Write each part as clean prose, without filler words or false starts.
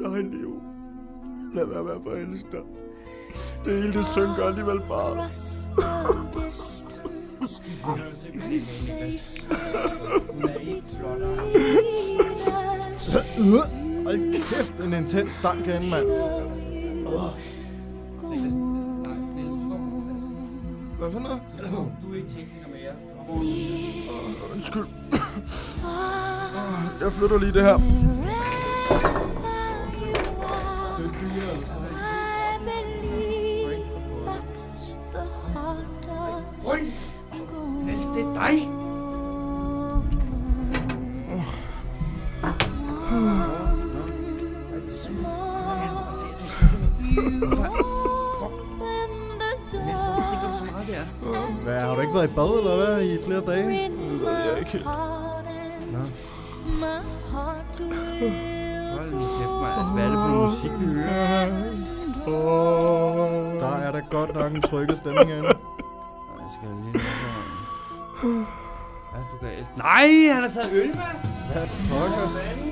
Nej, Leo. Lad være med at forelske dig. Det hele det synker alligevel bare. Hold kæft, en intens stank herinde, mand. Hvad for noget? Du er ikke tekniker mere. Undskyld. Jeg flytter lige det her. Niels, det er dig. Hvad, har du ikke været i bad, eller hvad, i flere dage? Det ved jeg ikke helt. Hold nu kæft, mand. Altså, hvad er det for noget musik, vi hører? Der er da godt nok en trykket stemning herinde. Nej, skal jeg lige lukke her. Hvad er du galt? Nej, han har taget øl, mand! Hvad pokker?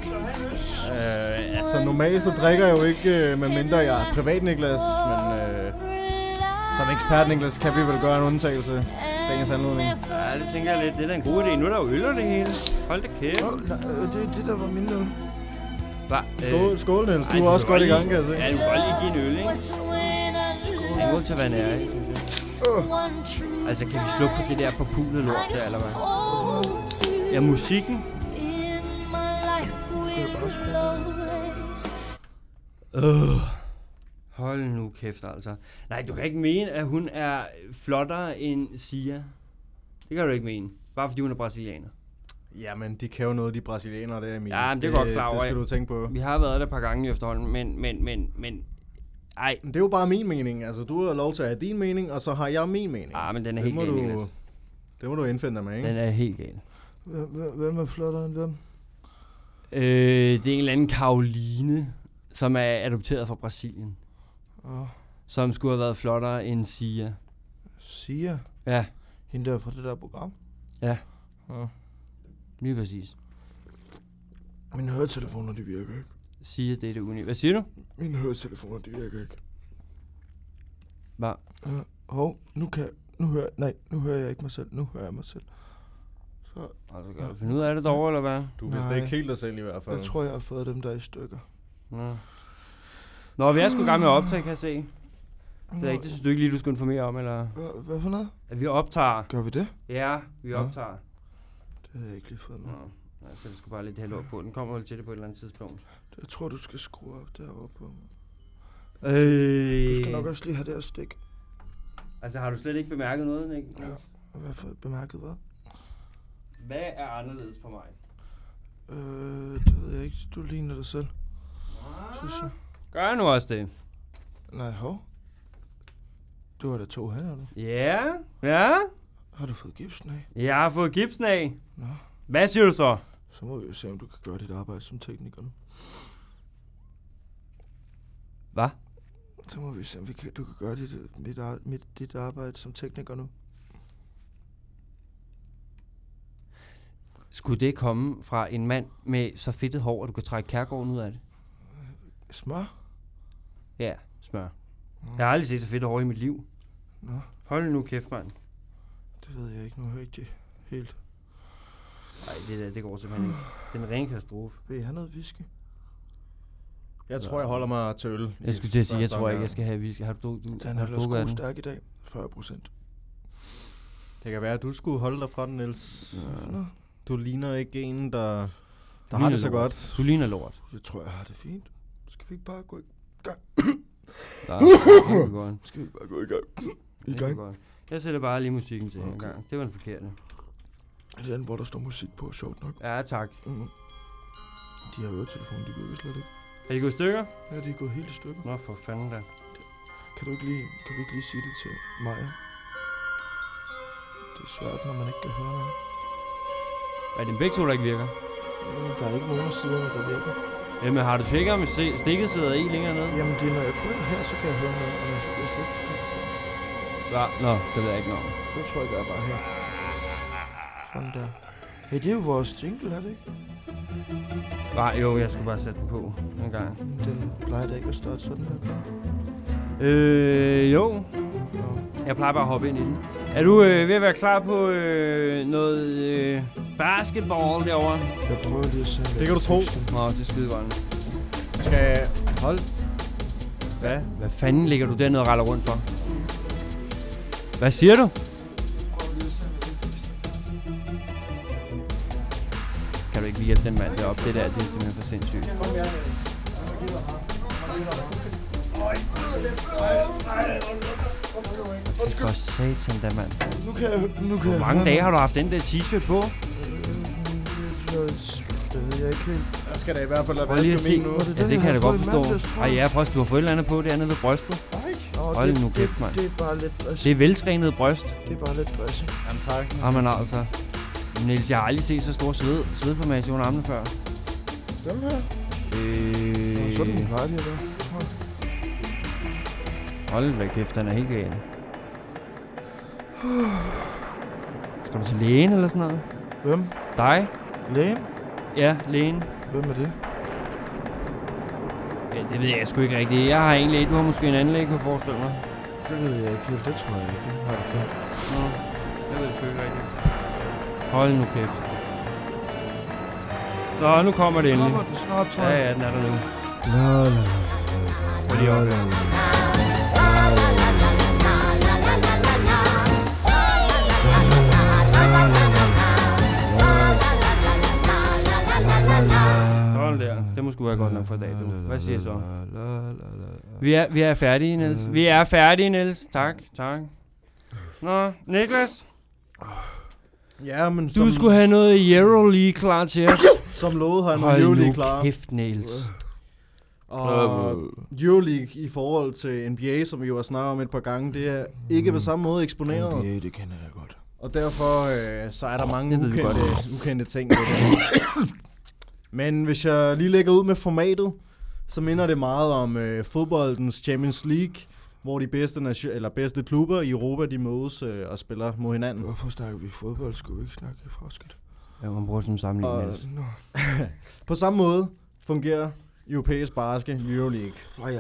Altså, normalt så drikker jeg jo ikke, medmindre jeg er privat, Niklas, men som ekspert, Niklas, kan vi vel gøre en undtagelse dagens anledning. Ja, det tænker jeg lidt. Det er da en god idé. Nu er der jo øl og det hele. Hold da kæft. Det er det, der var min øl. Hvad? Skål, Niels. Du er også godt i gang, kan jeg se. Ja, du kan godt lige give en øl, ikke? Skål. Det er god til at være nær, ikke? Altså, kan vi slukke for det der forpulede lort der, eller hvad? Ja, musikken. Hold nu kæft, altså. Nej, du kan ikke mene, at hun er flottere end Sia. Det kan du ikke mene. Bare fordi hun er brasilianer. Jamen, de kan jo noget, de brasilianere der, Emil. Ja, men det er godt klar over. Det skal du tænke på. Vi har været der et par gange efterhånden, men... Ej. Det er jo bare min mening. Altså, du har lov til at have din mening, og så har jeg min mening. Ah, men den er helt gal, Niklas. Det må du indfinde dig med, ikke? Den er helt gal. Hvem er flottere end hvem? Det er en eller anden Caroline, som er adopteret fra Brasilien. Som skulle have været flottere end Sia. Sia? Ja. Hende der fra det der program? Ja. Lige præcis. Mine høretelefoner, de virker ikke. Sia, det er det uni. Hvad siger du? Mine høretelefoner, de virker ikke. Hvad? Nu hører jeg ikke mig selv. Nu hører jeg mig selv. Så. Altså, kan du finde ud af det dog, eller hvad? Du er vist ikke helt dig selv i hvert fald. Jeg tror, jeg har fået dem der i stykker. Nå, vi er sgu i gang med at optage, kan jeg se. Det er ikke, det synes du ikke lige, du skulle informere om, eller? Hvad for noget? At vi optager. Gør vi det? Ja, vi optager. Det havde jeg ikke lige fået med. Nå, så det skulle bare lidt halvår på. Den kommer vel til det på et eller andet tidspunkt. Jeg tror, du skal skrue op derovre på. Du skal nok også lige have det her stik. Altså, har du slet ikke bemærket noget, ikke? Ja, hvad for bemærket hvad? Hvad er anderledes på mig? Det ved jeg ikke. Du ligner dig selv. Synes jeg. Gør jeg nu også det? Nej, hov. Du har da 2 hænder, du. Ja. Har du fået gipsen af? Jeg har fået gipsen af. Nå. Hvad siger du så? Så må vi jo se, om du kan gøre dit arbejde som tekniker nu. Hvad? Så må vi se, om du kan gøre dit arbejde som tekniker nu. Skulle det komme fra en mand med så fedtet hår, at du kan trække Kærgården ud af det? Smør? Ja, smør. Jeg har aldrig set så fedt hår i mit liv. Nå. Hold nu kæft, mand. Det ved jeg ikke. Nu hører jeg ikke det helt. Nej, det går simpelthen ikke. Det er en ren katastrofe. Vil I have noget whisky? Jeg tror, jeg holder mig til øl. Jeg skulle til at sige, jeg tror ikke, jeg skal have whisky. Har du Den er ellers god stærk i dag. 40%. Det kan være, at du skulle holde dig fra den, Niels. Ja. Du ligner ikke en, der har det så lort. godt. Du ligner lort. Jeg tror, jeg har det fint. Skal vi ikke bare gå i gang? Nej, det er godt. Skal vi ikke bare gå i gang? Jeg sætter bare lige musikken til en gang. Det var den forkerte. Er det den, hvor der står musik på? Sjovt nok. Ja, tak. De har øretelefoner, de virker slet ikke. Er de gået i stykker? Ja, de er gået helt i stykker. Nå, for fanden da. Kan vi ikke lige sige det til Maja? Det er svært, når man ikke kan høre noget. Er det begge to, der ikke virker? Der er ikke nogen af siderne, der virker. Jamen, har du tjekket, om stikket sidder i længere nede? Jamen, det er, når jeg trykker her, så kan jeg høre noget, og jeg slet ikke kan. Ja, nå, det ved jeg ikke noget om. Så trykker jeg bare her. Sådan der. Hey, det er jo vores jingle, er det ikke? Nej, jo, jeg skulle bare sætte den på en gang. Den plejer da ikke at starte sådan der. Jo. Nå. Jeg plejer bare at hoppe ind i den. Er du ved at være klar på noget basketball derovre? Jeg prøver lige at se. Det kan du tro. Nå, det er skide godt. Skal hold. Hvad? Hvad fanden ligger du dernede og retter rundt for? Hvad siger du? Kan du ikke lige hjælpe den mand deroppe? Det der, det er simpelthen for sindssygt. For satan da, mand. Nu kan Hvor mange dage har du haft den der t-shirt på? Det ved jeg ikke helt. Jeg skal da i hvert fald lade Prøv lige at vaske se. min nu. Ja, det kan jeg da godt forstå. Ej, ja, prøv du har fået et eller andet på dernede ved brystet. Hold nu kæft, mand. Det er bare lidt dressing. Det er veltrænet bryst. Det er bare lidt dressing. Jamen tak. Jamen altså. Niels, jeg har aldrig set så stor svedformation under armene før. Dem her? Sådan plejer de at være. Hold da kæft, den er helt gal. Skal du til lægen eller sådan noget? Hvem? Dig? Lægen? Ja, lægen. Hvem er det? Ja, det ved jeg sgu ikke rigtigt. Jeg har en læge, du har måske en anden læge, kunne forestille mig. Det ved jeg ikke helt. Det tror jeg ikke. Har du før? Nå, jeg ved sgu ikke rigtigt. Hold nu kæft. Nå, nu kommer det endelig. Kommer den snart, tror jeg. Ja, den er der nu. La la la. Prøv lige op. Sådan der. Det må sgu være godt nok for i dag, du. Hvad siger så? Vi er færdige, Niels. Vi er færdige, Niels. Tak. Nå, Niklas. Ja, men Du skulle have noget Euroleague klar til os. som lovet har jeg nogle Euroleague klar. Hold nu kæft, Niels. Og Euroleague i forhold til NBA, som vi jo har snakket om et par gange, det er ikke på samme måde eksponeret. NBA, det kender jeg godt. Og derfor så er der mange det ved vi ukendte ting ved det. Men hvis jeg lige lægger ud med formatet, så minder det meget om fodboldens Champions League, hvor de bedste klubber i Europa, de mødes og spiller mod hinanden. Hvorfor snakker vi fodbold? Skulle vi ikke snakke forsket? Ja, man bruger som sammenligning, Niels. På samme måde fungerer europæisk basket Euroleague.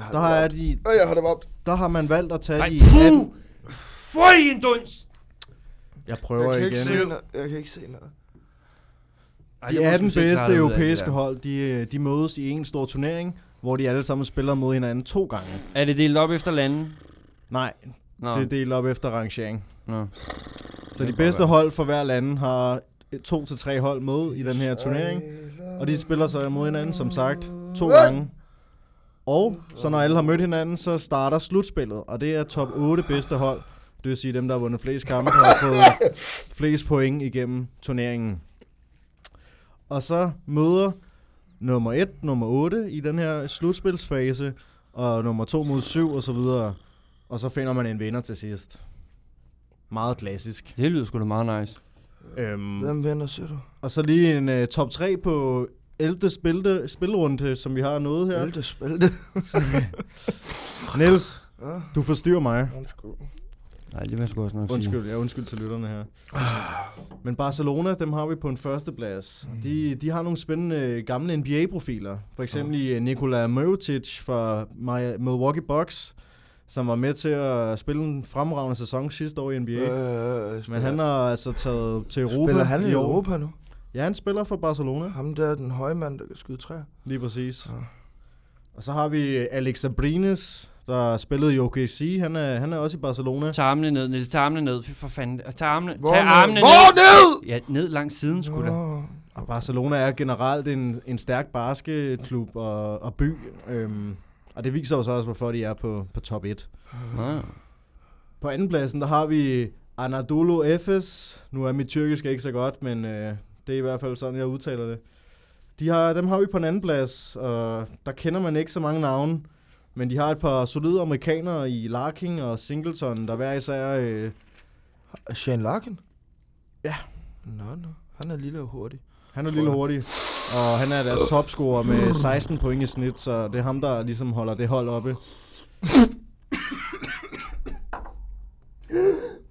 Der har man valgt at tage de 18... Føj en duns! Jeg prøver igen. Jeg kan ikke se noget. De 18 bedste europæiske hold, de mødes i en stor turnering, hvor de alle sammen spiller mod hinanden 2 gange. Er det delt op efter lande? Nej, det er delt op efter rangering. Nå. Så de bedste hold for hver land har 2 til 3 hold med i den her turnering. Og de spiller så mod hinanden, som sagt, 2 gange. Og så når alle har mødt hinanden, så starter slutspillet. Og det er top 8 bedste hold. Det vil sige dem, der har vundet flest kampe, har fået flest point igennem turneringen. Og så møder nummer 1, nummer 8 i den her slutspilsfase, og nummer 2 mod 7 og så videre. Og så finder man en vinder til sidst. Meget klassisk. Det lyder sgu da meget nice. Hvem vinder, siger du? Og så lige en top 3 på 11. spilrunde, som vi har nået her. 11. spil. Niels, du forstyrrer mig. Nej, det vil jeg sgu også nok sige. Undskyld til lytterne her. Men Barcelona, dem har vi på en førsteplads. De har nogle spændende gamle NBA-profiler. For eksempel Nikola Mirotic fra Milwaukee Bucks, som var med til at spille en fremragende sæson sidste år i NBA. Men han har altså taget til Europa. Spiller han i Europa nu? Ja, han spiller for Barcelona. Ham der er den høje mand, der kan skyde træer. Lige præcis. Ja. Og så har vi Alex Abrines, der spillede i OKC. Han er også i Barcelona. Tag armene ned, Niels. Tag armene ned. Fy for fanden. Tag armene ned. Hvor ned? Ja, ned langs siden, sgu da. Og Barcelona er generelt en stærk basketklub og by. Og det viser jo så også, hvorfor de er på top 1. På andenpladsen, der har vi Anadolu Efes. Nu er mit tyrkisk ikke så godt, men det er i hvert fald sådan, jeg udtaler det. Dem har vi på en anden plads, og der kender man ikke så mange navne. Men de har et par solide amerikanere i Larkin og Singleton, der hver især... Shane Larkin? Ja. Nå. Han er lille og hurtig. Han er lille og hurtig, og han er deres topscorer med 16 point i snit, så det er ham, der ligesom holder det hold oppe. Hold nu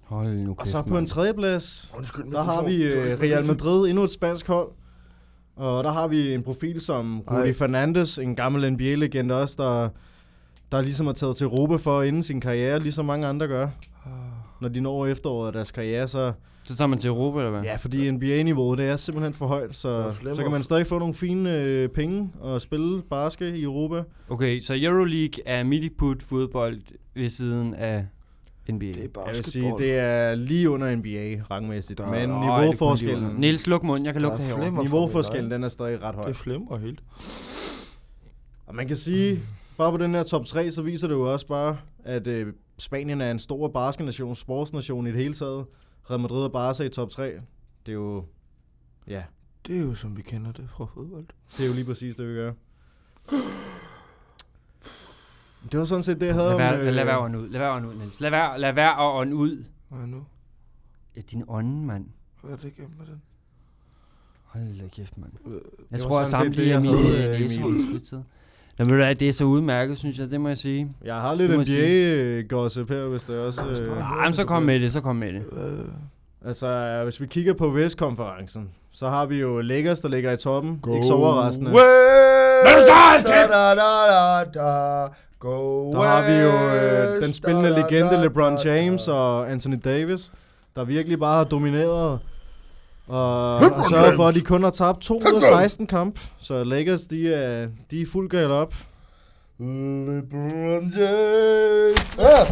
nu Og så på en tredjeplads, Undskyld, men der du har får- vi du er ikke Real rigtig- Madrid, endnu et spansk hold. Og der har vi en profil som Rudy Fernandes, en gammel NBA-legende også, der ligesom har taget til Europa for at ende sin karriere, ligesom mange andre gør. Når de når efteråret af deres karriere, så Så tager man til Europa, eller hvad? ja, fordi NBA-niveauet, det er simpelthen for højt, så kan man stadig få nogle fine penge og spille basket i Europa. Okay, så Euroleague er milliput fodbold ved siden af NBA. Det er basketball. Jeg vil sige, det er lige under NBA rangmæssigt, Der- men Nå, niveauforskellen, Niels, luk mund, jeg kan lugte Der er herovre. flimmer. niveauforskellen, den er stadig ret høj. Det flimrer helt. Og man kan sige, bare på den her top 3, så viser det jo også bare, at Spanien er en stor basketnation, sportsnation i det hele taget. Real Madrid og Barca i top 3. Det er jo, ja, Det er jo som vi kender det fra fodbold. det er jo lige præcis det, vi gør. Det var sådan set det, jeg havde Lad om... være at ånde ud. Lad være at ånde ud, Niels. Lad være at ånde ud. Hvad nu? Ja, din ånden, mand. Hvad er det igennem med den? Hold da kæft, mand. Jeg det var tror, at sådan set samtlige det, af jeg mine havde, næseholds fritid. Nå, men det er så udmærket, synes jeg. Det må jeg sige. Jeg har lidt Det må jeg NBA-gossip her, hvis det også... Jamen, så kom med det, så kom med det. Altså, hvis vi kigger på Vestkonferencen, så har vi jo Lakers, der ligger i toppen. Go Ikke så overraskende. West! Hvad er det så, Alf? Go Der har vi jo West! den spillende legende LeBron James og Anthony Davis, der virkelig bare har domineret og har sørget for, at de kun har tabt 2 ud af 16 kamp. Så Lakers, de er i fuld gal op. LeBron James!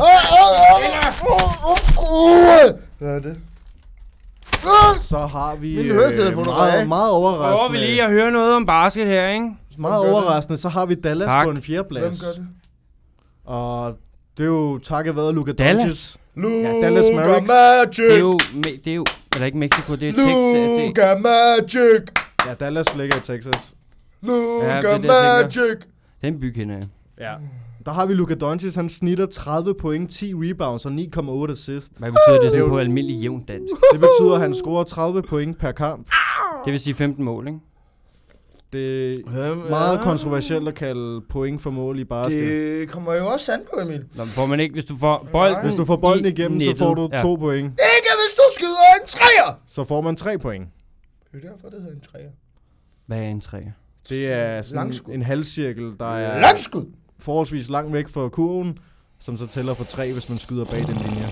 Hvad er det? Så har vi Min høretelefoner var af. meget Prøver vi overraskende. lige at høre noget om basket her, ikke? Meget Hvem gør det? overraskende, så har vi Dallas Tak. på en 4. Hvem plads. gør det? Og det er jo takket være Luka Dallas? Doncic. Luka Dallas Mavericks. Magic! Det er jo, eller ikke Mexico, det er Texas. Luka Magic! Ja, Dallas ligger i Texas. Luka Ja, det er det, jeg Magic! Den by kender jeg. Ja. Der har vi Luka Doncic, han snitter 30 point, 10 rebounds og 9,8 assist. Hvad betyder det Det er sådan jo- på almindelig jævn dansk? Det betyder, at han scorer 30 point per kamp. Det vil sige 15 mål, ikke? Det er meget kontroversielt at kalde point for mål i basket. Det kommer jo også an på, Emil. Nå, men får man ikke, hvis du får bolden Hvis du får bolden i igennem, nettet. så får du Ja. 2 point. Ikke hvis du skyder en træer! Så får man 3 point. Det er derfor, det hedder en træer. Hvad er en træer? Det er sådan Langskud. en halvcirkel, der er Langskud! forholdsvis langt væk fra kurven, som så tæller for 3, hvis man skyder bag den linje.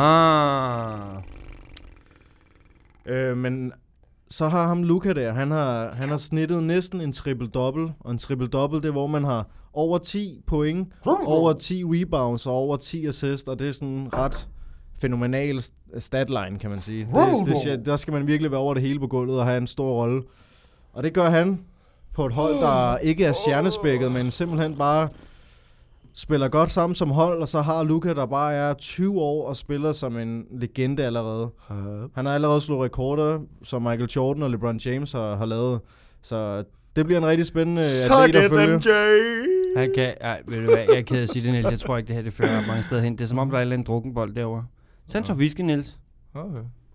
Men så har ham Luka der, han har snittet næsten en triple-double, og en triple-double, det er, hvor man har over 10 point, over 10 rebounds og over 10 assists, og det er sådan ret fænomenal statline, kan man sige. Der skal man virkelig være over det hele på gulvet og have en stor rolle. Og det gør han på et hold, der ikke er stjernespækket, men simpelthen bare spiller godt sammen som hold, og så har Luka, der bare er 20 år og spiller som en legende allerede. Han har allerede slået rekorder, som Michael Jordan og LeBron James har lavet. Så det bliver en rigtig spændende atlet at følge. Han kan, ved du hvad, jeg er ked af at sige det, Niels. Jeg tror ikke, det her det fører mange steder hen. Det er som om, der er en eller anden drukkenbold derovre. Send så whisky, Niels. Okay.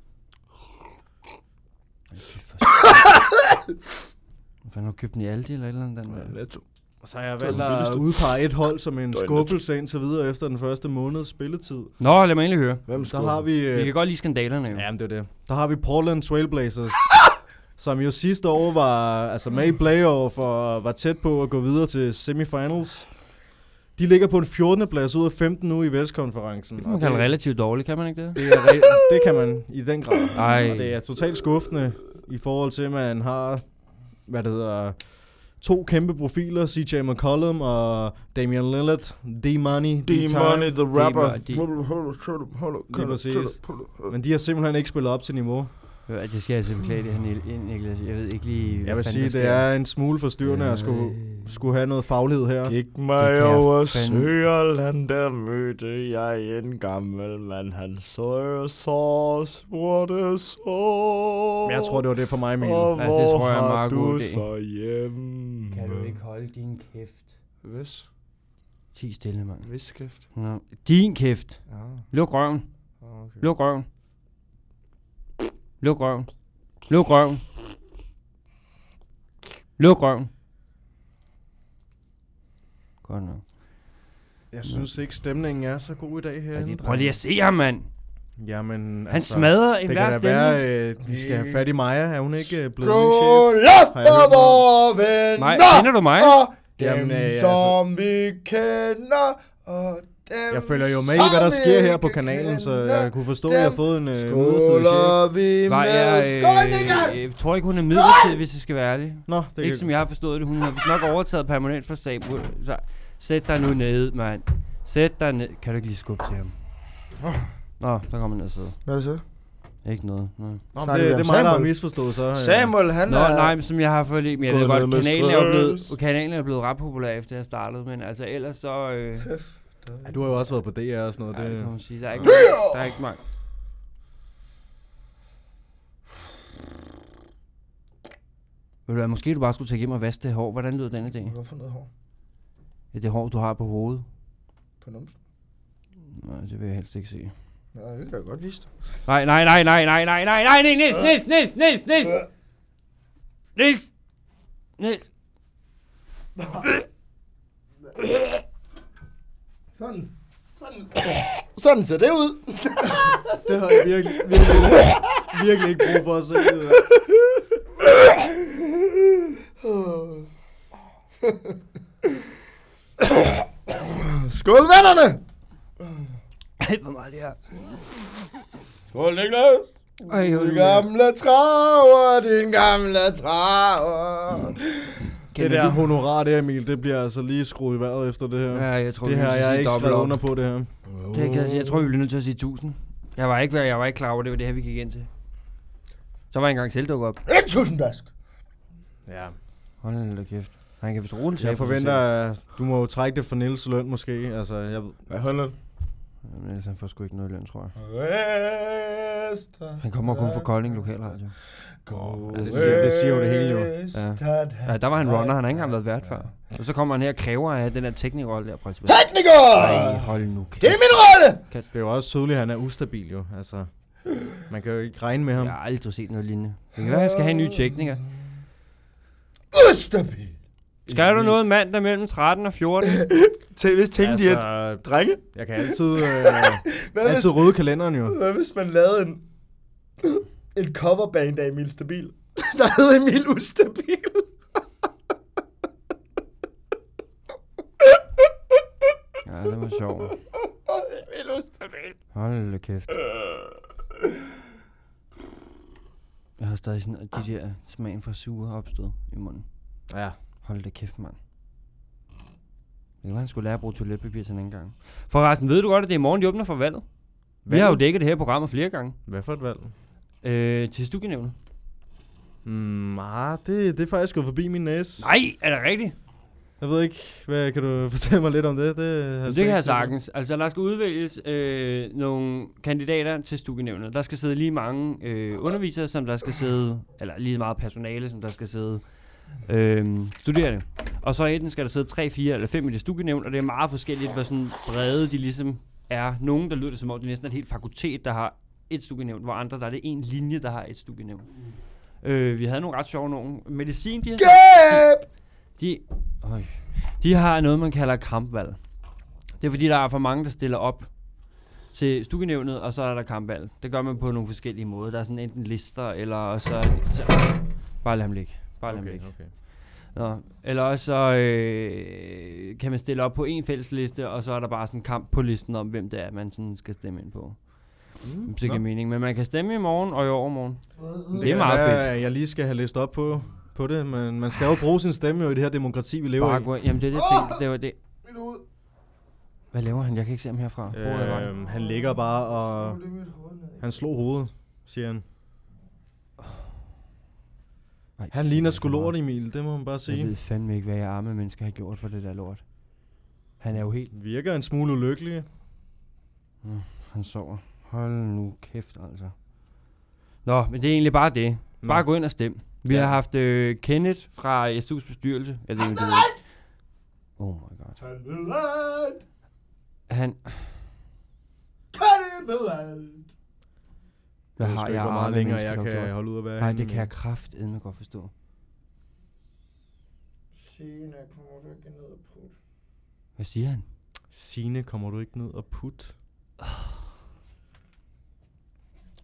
Hvad fanden har du købt den i Aldi eller et eller andet? Den der? Netto. Og så har jeg Det var valgt den at billigste. udpege et hold som en Det var skuffelse indtil videre efter den første måneds spilletid. Nå, lad mig endelig høre. Hvem Der har vi... Vi kan godt lide skandalerne jo. Jamen, det er det. Der har vi Portland Trailblazers, som jo sidste år var med i playoff og var tæt på at gå videre til semifinals. De ligger på en 14. plads ud af 15 nu i Vestkonferencen. Det kan man kalde relativt dårligt, kan man ikke det? Det kan man i den grad. Ej. Og det er totalt skuffende i forhold til, at man har, 2 kæmpe profiler, CJ McCollum og Damian Lillard, D-Money, D-Money, the rapper. Lige præcis. Men de har simpelthen ikke spillet op til niveau. Det skal jeg altså beklage det her, Niklas. Jeg ved ikke lige, hvad Jeg vil fanden sige, der sker. det er en smule forstyrrende at skulle have noget faglighed her. Gik Det mig kan jeg over fandme. Søerland, der mødte jeg en gammel mand. Han så spurgte så. Men jeg tror, det var det for mig, Emil. Og Ja, det hvor tror jeg er en har meget du god idé. så hjemme? Kan du ikke holde din kæft? Hvis? 10 stille, mand. Hvis kæft. Nå. Din kæft. Ja, Luk røven. okay. Luk røven. Luk røven. Luk røven. Luk røven. Godt nok. Jeg synes ikke, stemningen er så god i dag her. Prøv lige at se ham, mand. Jamen, Han smadrer en det hver kan da stemning. være, vi skal have fat i Maja. Er hun ikke blevet ny Skål chef? Har jeg hørt noget? for venner! Mig, kender du mig? Og dem, Jamen, som vi kender, og dem, Jeg følger jo med i, hvad der sker her på kanalen, så jeg kunne forstå, at jeg har fået en midlertidig skåler chef. vi Var med. jeg, Skål, Niklas! jeg tror ikke, hun er midlertidig, hvis jeg skal være ærlig. Nå, det Ikke som jeg har forstået det. Hun har vist nok overtaget permanent for Samuel. Så sæt dig nu ned, mand. Sæt dig ned. Kan du ikke lige skubbe til ham? Nå, der kommer han ned og sidder. Hvad så? Ikke noget. Nå. Nå, Snakker det vi er om mig, der har Samuel? misforstået så. Samuel, han Nå, er... nej, men som jeg har fået lidt. Men jeg ved Gået godt, ned med kanalen er blevet ret populær efter jeg startede. Men altså ellers så... Ja, du har jo også været på DR og sådan noget. Ja, det Det, kan man sige. Der er ikke mange. Ved du hvad, måske du bare skulle tage hjem og vaske det hår. Hvordan lyder den idé? Hvorfor noget hår? Ja, det hår, du har på hovedet. På numsen? Nej, det vil jeg helst ikke se. Ja, det kan jeg godt vise dig. Nej, Niels! Sådan ser det ud. det har jeg virkelig ikke brug for at se. Det Skål, vennerne! Ej, hvor meget det her. Skål, Niklas! Ej, Din gamle traver, din gamle traver. Det der honorar der, Emil, det bliver altså lige skruet i vejret efter det her. Ja, jeg tror, Det her, jeg er ikke skrevet under på det her. Det kan jeg tror, vi bliver nødt til at sige 1000. Jeg var ikke klar over, det var det her, vi gik ind til. Så var jeg engang selv dukket op. 1000 bask. Ja. Hold da kæft. Han kan vist roligt Jeg forventer, at du må jo trække det for Niels løn måske. Altså, jeg ved. Hvad holder du? Ellers han får sgu ikke noget løn, tror jeg. Han kommer kun fra Kolding Lokalradio. Det siger jo det hele jo. Ja, der var han runner, han har ikke engang været vært før. Og så kommer han her og kræver af den der teknikerrolle der. Tekniker! Ej, hold nu kæft. Det er min rolle! Det er jo også tydeligt, at han er ustabil jo. Altså, man kan jo ikke regne med ham. Jeg har aldrig set noget lignende. Det kan være, jeg skal have en ny tekniker. Ustabil! Skal du noget mandag mellem 13 og 14? Hvis tænkte de, at... Drenge? Jeg kan altid rydde kalenderen jo. Hvad hvis man lavede en coverband af Emil Stabil? Der hed Emil Ustabil. Ja, det var sjovt. Emil Ustabil. Hold da kæft. Jeg har stadig sådan de der smagen fra sure opstød i munden. Ja. Hold da kæft, mand. Det kan være, han skulle lære at bruge toiletpapir til en anden gang. Forresten, ved du godt, at det er i morgen, de åbner for valget? Vi har jo dækket det her program flere gange. Hvad for et valg? Til studienævnet. Det er faktisk gået forbi min næse. Nej, er det rigtigt? Jeg ved ikke, hvad kan du fortælle mig lidt om det? Det kan jeg sagtens. Altså, der skal udvælges nogle kandidater til studienævnet. Der skal sidde lige mange undervisere, som der skal sidde, eller lige meget personale, som der skal sidde studerende. Og så enten skal der sidde 3, 4 eller 5 i det studienævn, og det er meget forskelligt, hvor sådan brede de ligesom er. Nogen, der lyder det som om, det er næsten et helt fakultet, der har et studienævn, hvor andre, der er det en linje, der har et studienævn. Vi havde nogle ret sjove nogen. Medicin, de har noget, man kalder kampvalg. Det er fordi, der er for mange, der stiller op til studienævnet, og så er der kampvalg. Det gør man på nogle forskellige måder. Der er sådan enten lister, eller så bare lad ham ligge. Okay. Nå, eller også så kan man stille op på en fælles liste, og så er der bare sådan en kamp på listen om, hvem det er, man sådan skal stemme ind på. Det giver mening. Men man kan stemme i morgen og i overmorgen. Det er meget fedt. Jeg lige skal have læst op på det, men man skal jo bruge sin stemme jo i det her demokrati, vi lever i. Jamen det er det ting. Det var det. Hvad laver han? Jeg kan ikke se ham herfra. Han ligger bare og... Han slog hovedet, siger han. Han ligner sgu lort, Emil, det må man bare sige. Jeg ved fandme ikke, hvad jeg arme mennesker har gjort for det der lort. Han er jo helt... Virker en smule ulykkelig. Han sover. Hold nu kæft, altså. Nå, men det er egentlig bare det. Bare gå ind og stem. Vi har haft Kenneth fra SDU's bestyrelse. Jeg ved ikke, det oh my god. Han... Hvad har jeg hvor meget længere jeg kan holde ud at være. Nej, det kan jeg kraftedme godt forstå. Signe, kommer du ikke ned og put? Hvad siger han? Signe, kommer du ikke ned og put?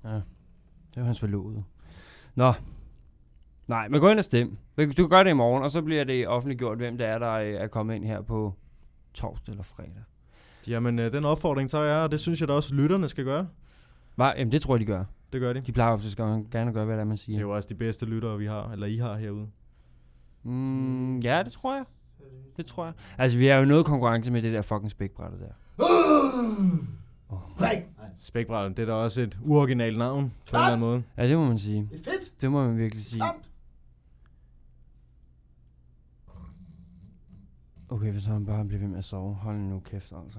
Ja, det var hans forlovede. Nå. Nej, men gå ind og stem. Du kan gøre det i morgen, og så bliver det offentliggjort, hvem det er, der er kommet ind her på torsdag eller fredag. Jamen, den opfordring tager jeg, og det synes jeg da også, lytterne skal gøre. Jamen, det tror jeg, de gør. Det gør de. De plejer ofte gerne at gøre, hvad det er, man siger. Det er jo også de bedste lyttere, vi har, eller I har herude. Ja, det tror jeg. Det tror jeg. Altså, vi er jo noget konkurrence med det der fucking spækbrættet der. Spækbrættet, det er da også et uoriginalt navn, på en eller anden måde. Ja, det må man sige. Det er fedt. Det må man virkelig sige. Okay, hvis han bare bliver ved med at sove. Hold nu kæft, altså.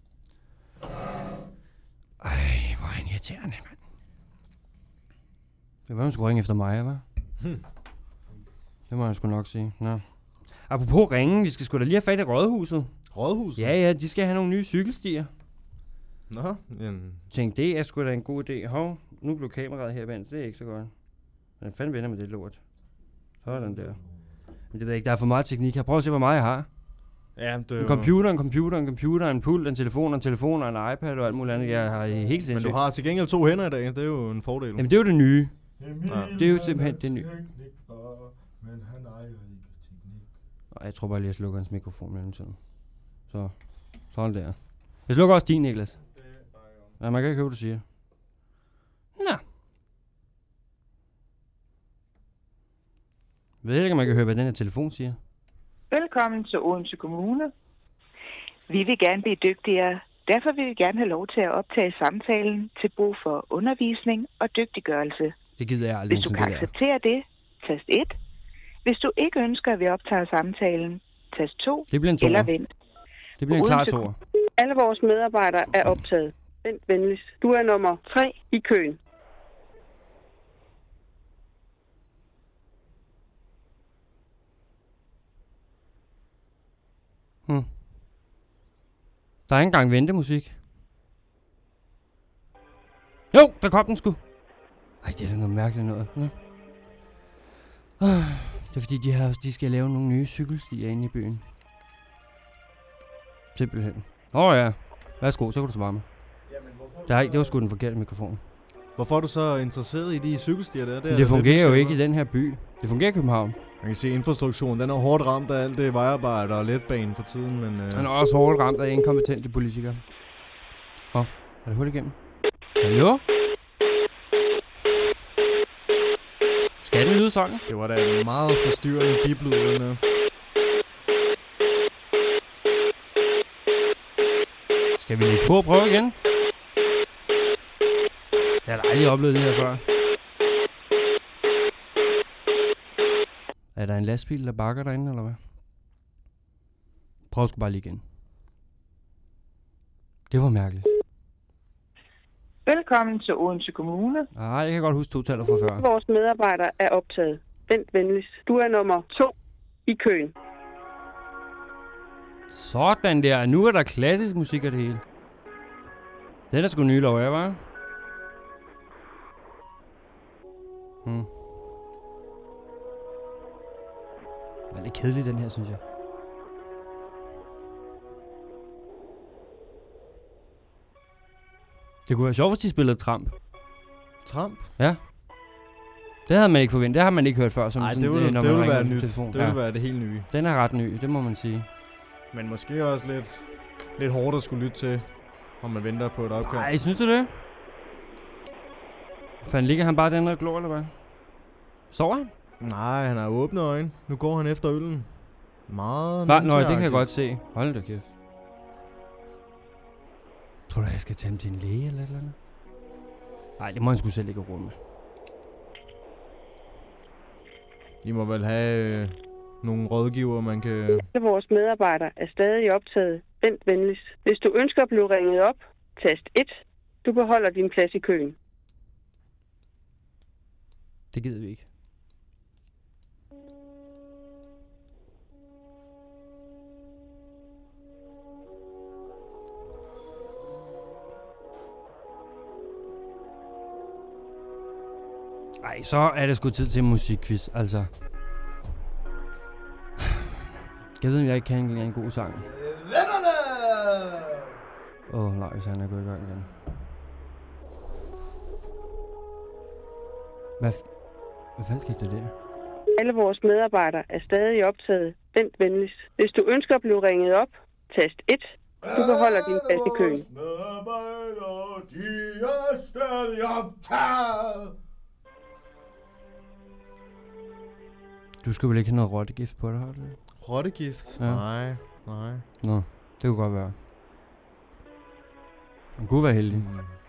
Ej, hvor er han irriterende, mand. Det var, man skulle ringe efter mig, hva'? Det må jeg sgu nok sige. Nå. Apropos ringen, vi skal sgu da lige have fat i Rådhuset. Rådhuset? Ja, de skal have nogle nye cykelstier. Nå, jamen. Tænk, det er sgu da en god idé. Hov, nu blev kameraet her vendt. Det er ikke så godt. Hvordan fanden vender med det lort? Sådan der. Men det ved jeg ikke, der er for meget teknik her. Prøv at se, hvor meget jeg har. Ja, det er En computer, en pult, en telefon og en iPad og alt muligt andet. Jeg har helt sindssygt. Men du har til gengæld 2 hænder i dag. Det er jo en fordel. Jamen, det er jo det nye. Ja. Det er jo simpelthen det nye. Men han ejer ikke teknik. Ej, jeg tror bare lige, jeg slukker hans mikrofon mellem tiden. Så, sådan der. Jeg slukker også din, Niklas. Ja, man kan ikke høre, hvad du siger. Nå. Jeg ved ikke, om man kan høre, hvad den her telefon siger. Velkommen til Odense Kommune. Vi vil gerne blive dygtigere. Derfor vil vi gerne have lov til at optage samtalen til brug for undervisning og dygtiggørelse. Det gider jeg aldrig. Hvis du kan acceptere det, tast 1. Hvis du ikke ønsker, at vi optager samtalen, tast 2 det bliver en eller vent. Det bliver en klar toer. Alle vores medarbejdere er optaget. Vent venligst. Du er nummer 3 i køen. Der er ikke engang ventemusik. Jo, der kom den sgu. Ej, det er da noget mærkeligt noget. Ja. Det er fordi, de skal lave nogle nye cykelstier inde i byen. Simpelthen. Ja. Værsgo, så kan du svare mig. Det var sgu den forkerte mikrofon. Hvorfor er du så interesseret i de cykelstier der? Det fungerer jo ikke i den her by. Det fungerer i København. Man kan se, at infrastrukturen den er hårdt ramt af alt det vejarbejde og letbane for tiden, men... Han er også hårdt ramt af inkompetente politikere. Er det hul igennem? Hallo? Skal den lyde sådan? Det var da en meget forstyrrende biblyd, den her. Skal vi lige prøve igen? Jeg har aldrig oplevet det her før. Er der en lastbil, der bakker derinde, eller hvad? Prøv sgu bare lige igen. Det var mærkeligt. Velkommen til Odense Kommune. Jeg kan godt huske 2 taler fra før. Vores medarbejdere er optaget. Vent venligst. Du er nummer 2 i køen. Sådan der. Nu er der klassisk musik af det hele. Den er sgu ny lov, jeg var. Det er lidt kedelig, den her, synes jeg. Det kunne være sjovt, hvis de spillede Tramp. Tramp? Ja. Det havde man ikke forventet. Det har man ikke hørt før. Nej, det ville være nyt. Det ville være det helt nye. Den er ret ny, det må man sige. Men måske også lidt hårdt at skulle lytte til, om man venter på et opkald. Nej, synes du det? Fanden, ligger han bare den der glor, eller hvad? Sover han? Nej, han har åbne øjne. Nu går han efter øllen. Meget Nå, det kan jeg godt se. Hold da kæft. Tror du, jeg skal tage ham til en læge eller et eller andet? Nej, det må han sgu selv ikke råd med. I må vel have nogle rådgiver, man kan... Vores medarbejdere er stadig optaget. Vent venligst. Hvis du ønsker at blive ringet op, tast 1. Du beholder din plads i køen. Det gider vi ikke. Ej, så er det sgu tid til en musikquiz, altså. Jeg ved, om jeg ikke kan en god sang. Vennerne! Nej, hvis han er gået i gang igen. Hvad fanden skete der der? Alle vores medarbejdere er stadig optaget. Vent venligst. Hvis du ønsker at blive ringet op, tast 1. Du beholder din plads i køen. Medarbejdere, de er stadig optaget. Du skal vel ikke have noget rottegift på dig, har du det? Rottegift? Ja. Nej. Nå, det kunne godt være. Man kunne være heldig.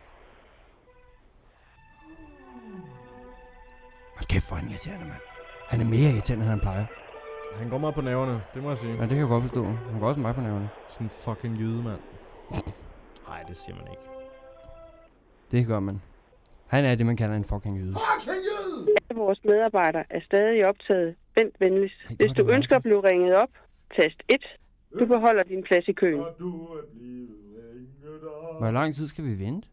Hold kæft, hvor er han irriterende, mand. Han er mere irriterende, end han plejer. Han går meget på nerverne, det må jeg sige. Ja, det kan jeg godt forstå. Han går også mig på nerverne. Sådan en fucking jyde, mand. Nej, det siger man ikke. Det gør man. Han er det, man kalder en fucking jyde. Alle vores medarbejdere er stadig optaget. Vent venligst. Ej, det Hvis var du da ønsker at blive ringet op, tast 1. Du beholder din plads i køen. Og du er blevet ringet op. Hvor lang tid skal vi vente?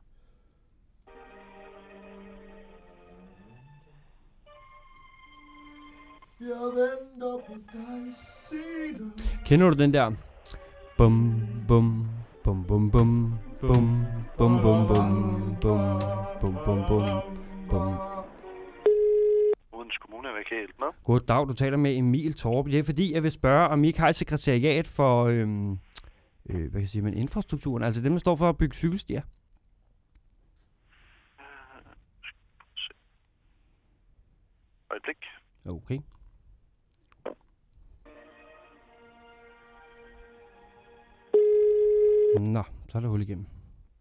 Jeg venter på dig, sig det. Kender du den der? Bum, bum, bum, bum, bum, bum, bum, bum, bum, bum, bum, bum, bum, bum. Odense Kommune, hvad kan jeg hjælpe med? Goddag, du taler med Emil Torp. Det er fordi, jeg vil spørge, om I ikke har et sekretariat for, hvad kan jeg sige, men infrastrukturen, altså dem, der står for at bygge cykelstier. Øjeblik. Okay. Nå, så er der hul igennem.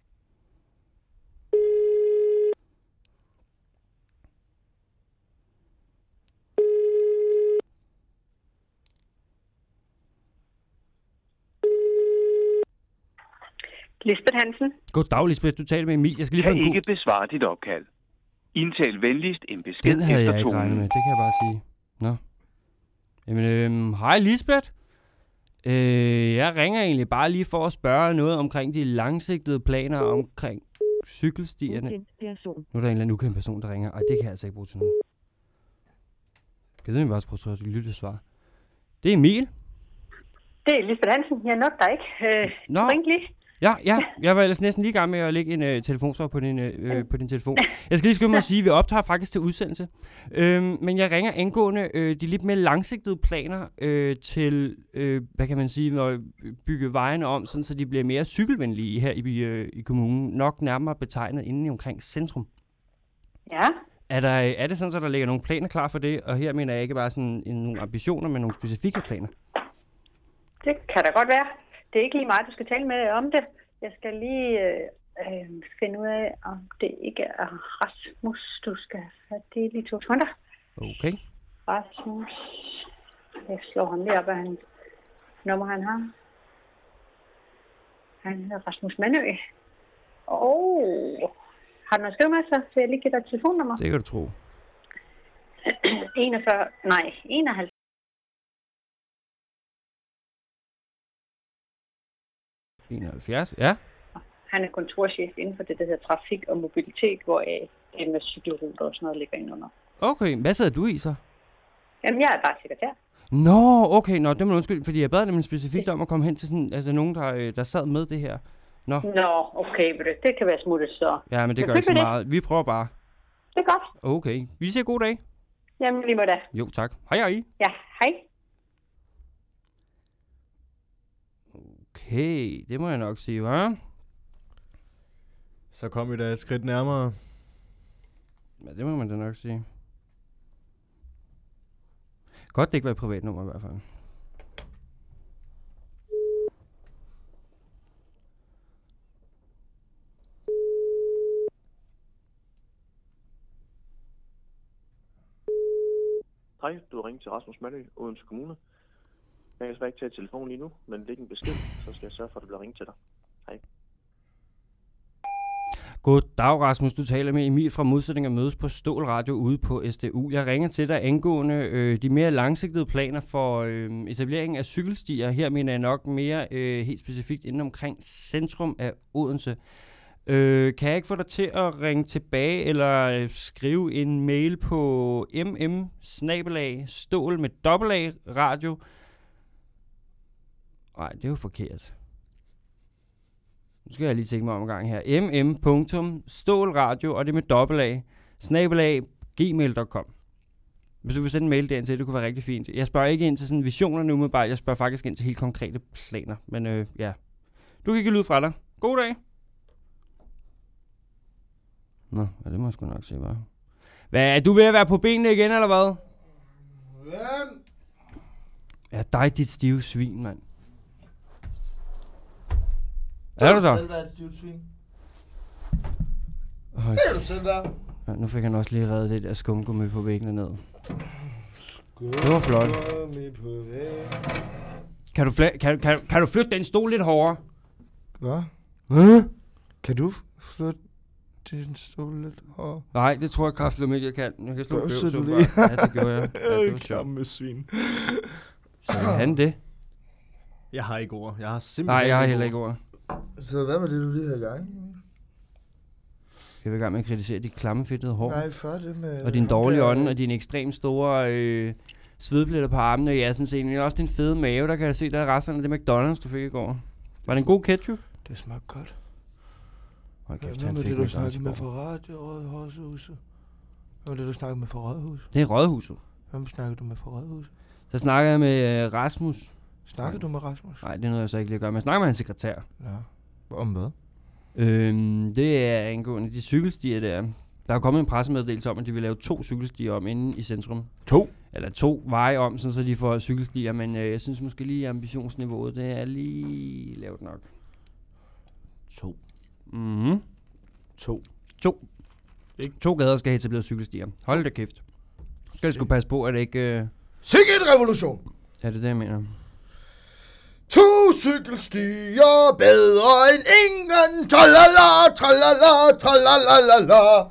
Lisbeth Hansen. Goddag, Lisbeth. Du taler med Emil. Jeg skal lige få Kan en ikke god... besvare dit opkald. Indtal venligst en besked Den havde efter jeg ikke regnet med. tonen. Det kan jeg bare sige. Nå. Jamen, hej Lisbeth. Jeg ringer egentlig bare lige for at spørge noget omkring de langsigtede planer omkring cykelstierne. Nu er der en eller anden ukendt person, der ringer. Ej, det kan jeg altså ikke bruge til noget. Kan du bare prøve at lytte svar? Det er Emil. Det er Lisbeth Hansen. Jeg er nok der ikke. Nå. Ring lige. Ja, jeg var ellers næsten lige i gang med at lægge en telefonsvar på din telefon. Jeg skal lige skynde mig at sige, at vi optager faktisk til udsendelse. Men jeg ringer angående de lidt mere langsigtede planer til, hvad kan man sige, når bygge vejene om, sådan, så de bliver mere cykelvenlige her i kommunen. Nok nærmere betegnet inde i omkring centrum. Ja. Er det sådan, at der ligger nogle planer klar for det? Og her mener jeg ikke bare sådan nogle ambitioner, men nogle specifikke planer. Det kan da godt være. Det er ikke lige mig, du skal tale med om det. Jeg skal lige finde ud af, om det ikke er Rasmus, du skal have det lige 2 sekunder. Okay. Rasmus. Jeg slår ham lige op af hans nummer, han har. Han hedder Rasmus Mandø. Har du noget skrive med så? Så jeg lige give dig et telefonnummer. Det kan du tro. 51. 71, ja. Han er kontorchef inden for det, der hedder trafik og mobilitet, hvor det med cykelruter og sådan noget ligger ind under. Okay, hvad sidder du i så? Jamen, jeg er bare sekretær. Nå, okay, det må du undskylde, fordi jeg bad nemlig specifikt om at komme hen til sådan, altså nogen, der sad med det her. Nå, Okay, det kan være smuttet så. ja, men det gør ikke så meget. Vi prøver bare. Det er godt. Okay, vi siger god dag. Jamen, lige må da. Jo, tak. Hej. Ja, hej. Okay, det må jeg nok sige, hva'? Så kom vi da et skridt nærmere. Ja, det må man da nok sige. Godt, det ikke var et privatnummer i hvert fald. Hej, du har ringet til Rasmus Mandø, Odense Kommune. Jeg kan desværre ikke tage telefonen lige nu, men læg en besked, så skal jeg sørge for, at der bliver ringet til dig. Hej. Goddag, Rasmus. Du taler med Emil fra Modsætning og mødes på Stål Radio ude på SDU. Jeg ringer til dig angående de mere langsigtede planer for etableringen af cykelstier. Her mener jeg nok mere helt specifikt inden omkring centrum af Odense. Kan jeg ikke få dig til at ringe tilbage eller skrive en mail på mm@stål med dobbelt A radio? Nej, det er jo forkert. Nu skal jeg lige tænke mig om en gang her. mm.stålradio, og det med dobbelt A, gmail.com. Hvis du vil sende en mail derind til, det kunne være rigtig fint. Jeg spørger ikke ind til sådan visionerne umiddelbart, jeg spørger faktisk ind til helt konkrete planer. Men ja, du kan ikke lyd fra dig. God dag. Nå, ja, det må jeg sgu nok se, hva'? Hvad, er du ved at være på benene igen, eller hvad? Hvem? Ja, dig, dit stive svin, mand. Er du så? Selv være et stivt svin. Okay. Det kan du selv være. Ja, nu fik han også lige reddet det der skumgummi på væggene ned. Det var flot. Kan du flytte den stol lidt hårdere? Hvad? Kan du flytte din stol lidt hårdere? Nej, det tror jeg kraftigt ikke, jeg kan. Jeg kan slå Bøvser du bare. lige? Ja, det gjorde jeg. Ja, det var sjovt. Klamme svin. Så han det? Jeg har ikke ord. Jeg har simpelthen Nej, jeg har heller ikke ord. Så hvad var det, du lige havde i gang? Jeg vil i gang med at kritisere dit klammefedtede hår. Nej, før det med... Og din dårlige ånde, og dine ekstremt store svedpletter på armene. Og ja, sådan set også din fede mave, der kan jeg se, der er resterne af det McDonald's, du fik i går. Var det en god ketchup? Det smagte godt. Hold kæft, Hvad han med fik det, du McDonald's snakkede i med går. fra Rådhuset? Hvad var det, du snakkede med fra Rådhuset? Det er Rådhuset. Hvem snakkede du med fra Rådhuset? Så snakker jeg med Rasmus. Snakkede du med Rasmus? Nej, det er noget, jeg så ikke lige at gøre. Men jeg snakker med hans sekretær. Ja. Om hvad? Det er angående de cykelstier der. Der er kommet en pressemeddelelse om, at de vil lave 2 cykelstier om inde i centrum. 2? Eller 2 veje om, sådan, så de får cykelstier. Men jeg synes måske lige, ambitionsniveauet, det er lige lavt nok. 2. Mhm. 2. 2 gader skal have etableret cykelstier. Hold da kæft. Skal det sgu passe på, at det ikke... Sikke en revolution! Ja, det er det, jeg mener. 2 cykelstier bedre end ingen. Tralala, tralala, tralalala.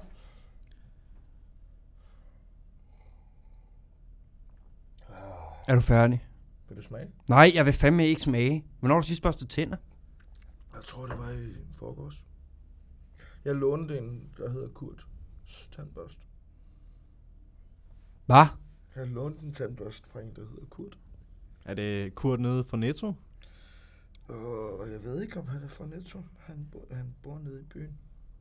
Er du færdig? Vil du smage? Nej, jeg vil fandme ikke smage. Hvornår har du sidst børstet tænder? Jeg tror, det var i forgårs. Jeg lånte en, der hedder Kurt. Tandbørst. Hvad? Jeg lånte en tandbørst fra en, der hedder Kurt. Er det Kurt nede fra Netto? Og jeg ved ikke, om han er fra Netto. Han bor nede i byen.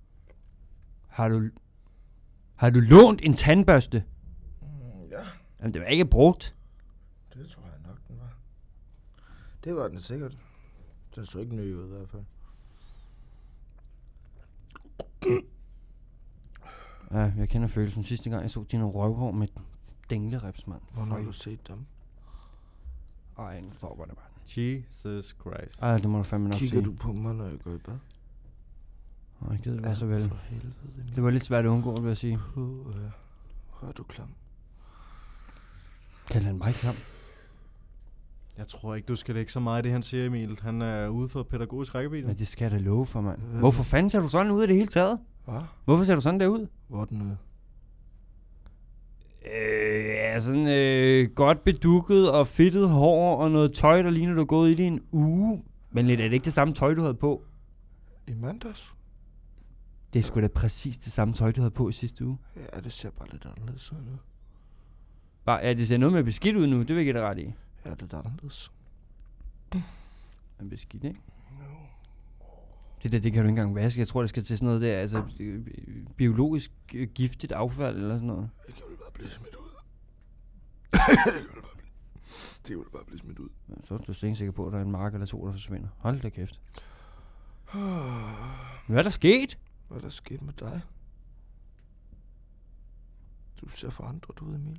Har du lånt en tandbørste? Ja, Jamen, det var ikke brugt. det tror jeg nok, den var. Det var den sikkert. Den så ikke ny ud i hvert fald. Ja, jeg kender følelsen. Sidste gang, jeg så dine røvhår med dinglereps, mand. Hvornår har du set dem? Ej, nu stopper det, mand. Jesus Christ. Ej, det må du fandme nok Kigger sige. du på mig, når jeg går i bad? Ej, gider det være så vel. For helvede. Det var lidt svært at undgå, vil jeg sige. Hvor er du klam? Kaldte han mig klam? Jeg tror ikke, du skal lægge så meget i det, han siger, Emil. Han er ude for pædagogisk rækkevidde. Ja, det skal jeg da love for, mand. Hvorfor fanden ser du sådan ud af det hele taget? Hvad? Hvorfor ser du sådan der ud? Hvor er den ude? Ja, sådan godt bedukket og fedtet hår og noget tøj, der ligner, du er gået i det en uge. Men lidt er det ikke det samme tøj, du havde på? I mandags? Det er sgu da præcis det samme tøj, du havde på i sidste uge. Ja, det ser bare lidt anderledes ud nu. Ja, det ser noget med beskidt ud nu, det vil jeg give dig ret i. Ja, lidt anderledes. Men beskidt, ikke? Det kan du ikke engang vaske. Jeg tror, det skal til sådan noget der, altså biologisk giftigt affald eller sådan noget. Det vil bare blive smidt ud. det vil bare blive smidt ud. Ja, så er du sikker på, at der er en mark eller 2, der forsvinder. Hold da kæft. Hvad er der sket? Hvad er der sket med dig? Du ser forandret ud, Emil.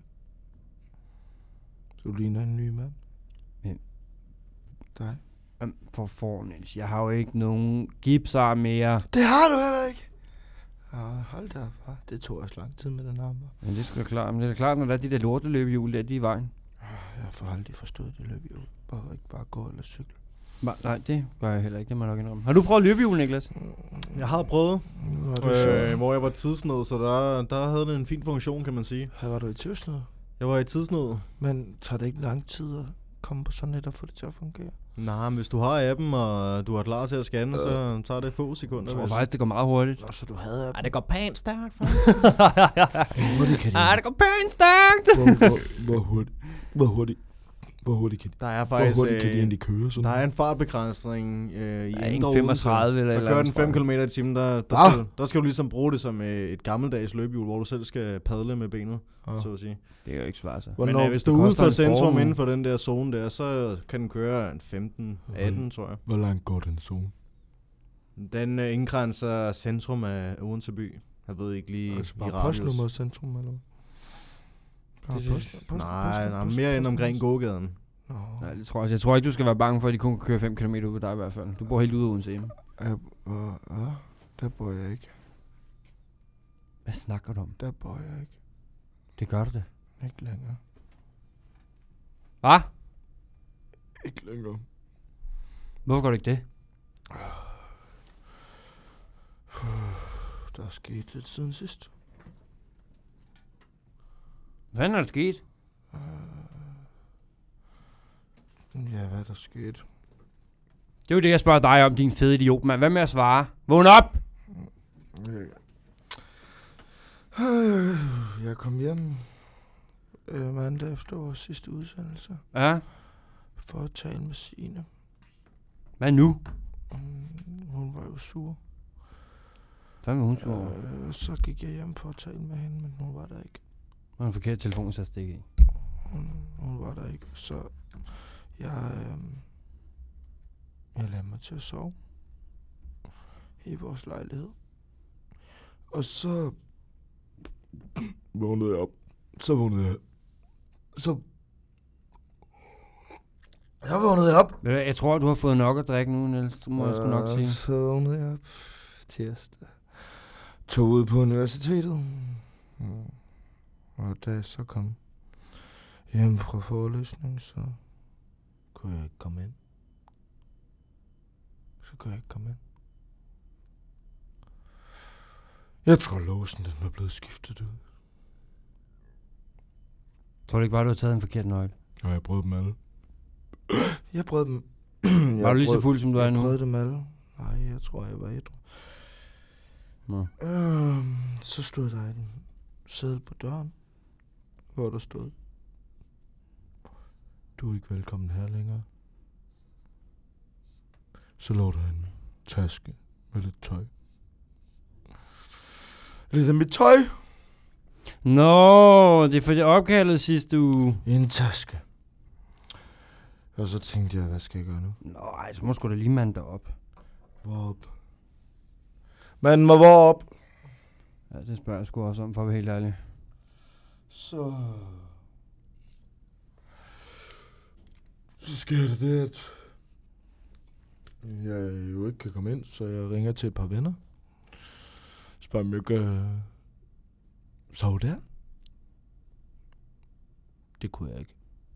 Du ligner en ny mand. Hvem? Dig. For Niels, jeg har jo ikke nogen gipsarm mere. Det har du heller ikke. Ja, hold da op. Det tog også lang tid med den arm. Men det er sgu da klart. Men det er da klart, når der er de der lorteløbehjul der, de er i vejen. Jeg får aldrig forstået det løbehjul. Ikke bare gå eller cykle. Nej, det gør jeg heller ikke. Det må jeg nok indrømme. Har du prøvet løbehjul, Niklas? Jeg har prøvet, Nu er det så. hvor jeg var tidsnød, så der havde det en fin funktion, kan man sige. Her var du i tidsnød. Jeg var i tidsnød. Men tager det ikke lang tid at komme på sådan et og få det til at fungere? Nej, men hvis du har appen, og du er klar til at scanne, så tager det få sekunder. Jeg tror faktisk, det går meget hurtigt. Nå, så du havde det går pænt stærkt, faktisk. hurtigt kan det. det går pænt stærkt. Hvor hurtigt? Hvor hurtigt kan de, Der er hvor faktisk hurtigt kan de egentlig køre? Sådan? der er en fartbegrænsning i Ja, Indre 35 eller Der eller kører andet, den 5 tror jeg. km i timen. Der skal du ligesom bruge det som et gammeldags løbehjul, hvor du selv skal padle med benet, så at sige. Det kan jo ikke svare sig. Hvornår, Hvis du er ude koster for en centrum formue? inden for den der zone der, så kan den køre en 15-18, tror jeg. Hvor langt går den zone? Den indgrænser centrum af Odense by. Jeg ved ikke lige Altså i bare radius. postnummer centrum, eller hvad? Nej, mere end omkring gågaden. Nej, det tror jeg. Jeg tror ikke, du skal være bange for, at de kun kan køre 5 km ud ved dig i hvert fald. Du bor helt ude af Odense hjemme. Der bor jeg ikke. Hvad snakker du om? Der bor jeg ikke. Det gør du det. Ikke længere. Hvad? Ikke længere. Hvorfor gør du ikke det? Der er sket lidt siden sidst. Hvad er der sket? Ja, hvad er der sket? Det er jo det, jeg spørger dig om, din fede idiot, mand. Hvad med at svare? Vågn op! Jeg kom hjem mandag efter vores sidste udsendelse Ja. for at tale med Signe. Hvad nu? Hun var jo sur. Hvad med hun sur? Så gik jeg hjem for at tale med hende, men hun var der ikke. Hun har en forkert telefon, så stikke i. Hun var der ikke, så jeg lagde mig til at sove i vores lejlighed. Og så vågnede jeg op. Så vågnede jeg op. Jeg tror, du har fået nok at drikke nu, Niels. Du må jeg sgu nok sige. Så vågnede jeg op tirsdag. Tog ud på universitetet. Og da jeg så kom hjem fra forelæsning, så kunne jeg ikke komme ind. Jeg tror, låsen den var blevet skiftet ud. Tror du ikke bare, du har taget en forkert nøgle? Og jeg prøvede dem alle. Jeg prøvede dem. Var du lige så fuld, som du er nu? Jeg prøvede dem alle. Nej, jeg tror, jeg var ædru. Nå. Så stod der en seddel på døren, hvor der stod: du er ikke velkommen her længere. Så lå der en taske med lidt tøj. Lidt af mit tøj. Nå, det er for det opkaldet sidste uge. En taske. Og så tænkte jeg, hvad skal jeg gøre nu? Nå, ej, så må sgu da lige mande dig op. Hvorop? Man må hvorop? Ja, det spørger jeg sgu også om, for at være helt ærlig. Så sker der det, at jeg jo ikke kan komme ind, så jeg ringer til et par venner. Spørger om jeg kan sove der. Det kunne jeg ikke.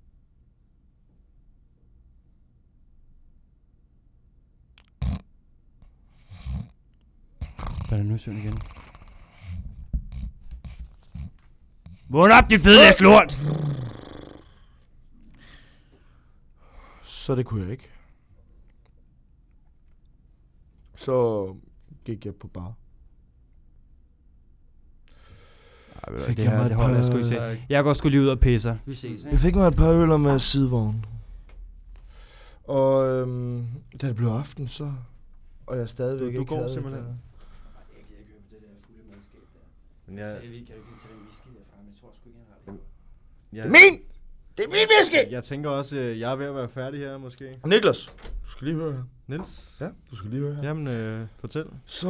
Der er nu søvn igen. Vågn op, de fede lort! Så det kunne jeg ikke. Så gik jeg på bar. Det her, det holder jeg sgu ikke til. Jeg går sgu lige ud og pisser. Vi ses, ikke? Jeg fik mig et par øller med sidevogn. Og da det blev aften, så... Og jeg stadigvæk Du ikke går havde simpelthen? det. Jeg gider ikke høre på det der fulde madskab der. Men jeg, Kan du ikke lige tage den whisky derfra? Men jeg tror sgu ikke, han har det. jeg, Det er min whisky! jeg tænker også, jeg er ved at være færdig her, måske. Niklas, du skal lige høre her. Niels? Ja, du skal lige høre her. Jamen, fortæl. Så...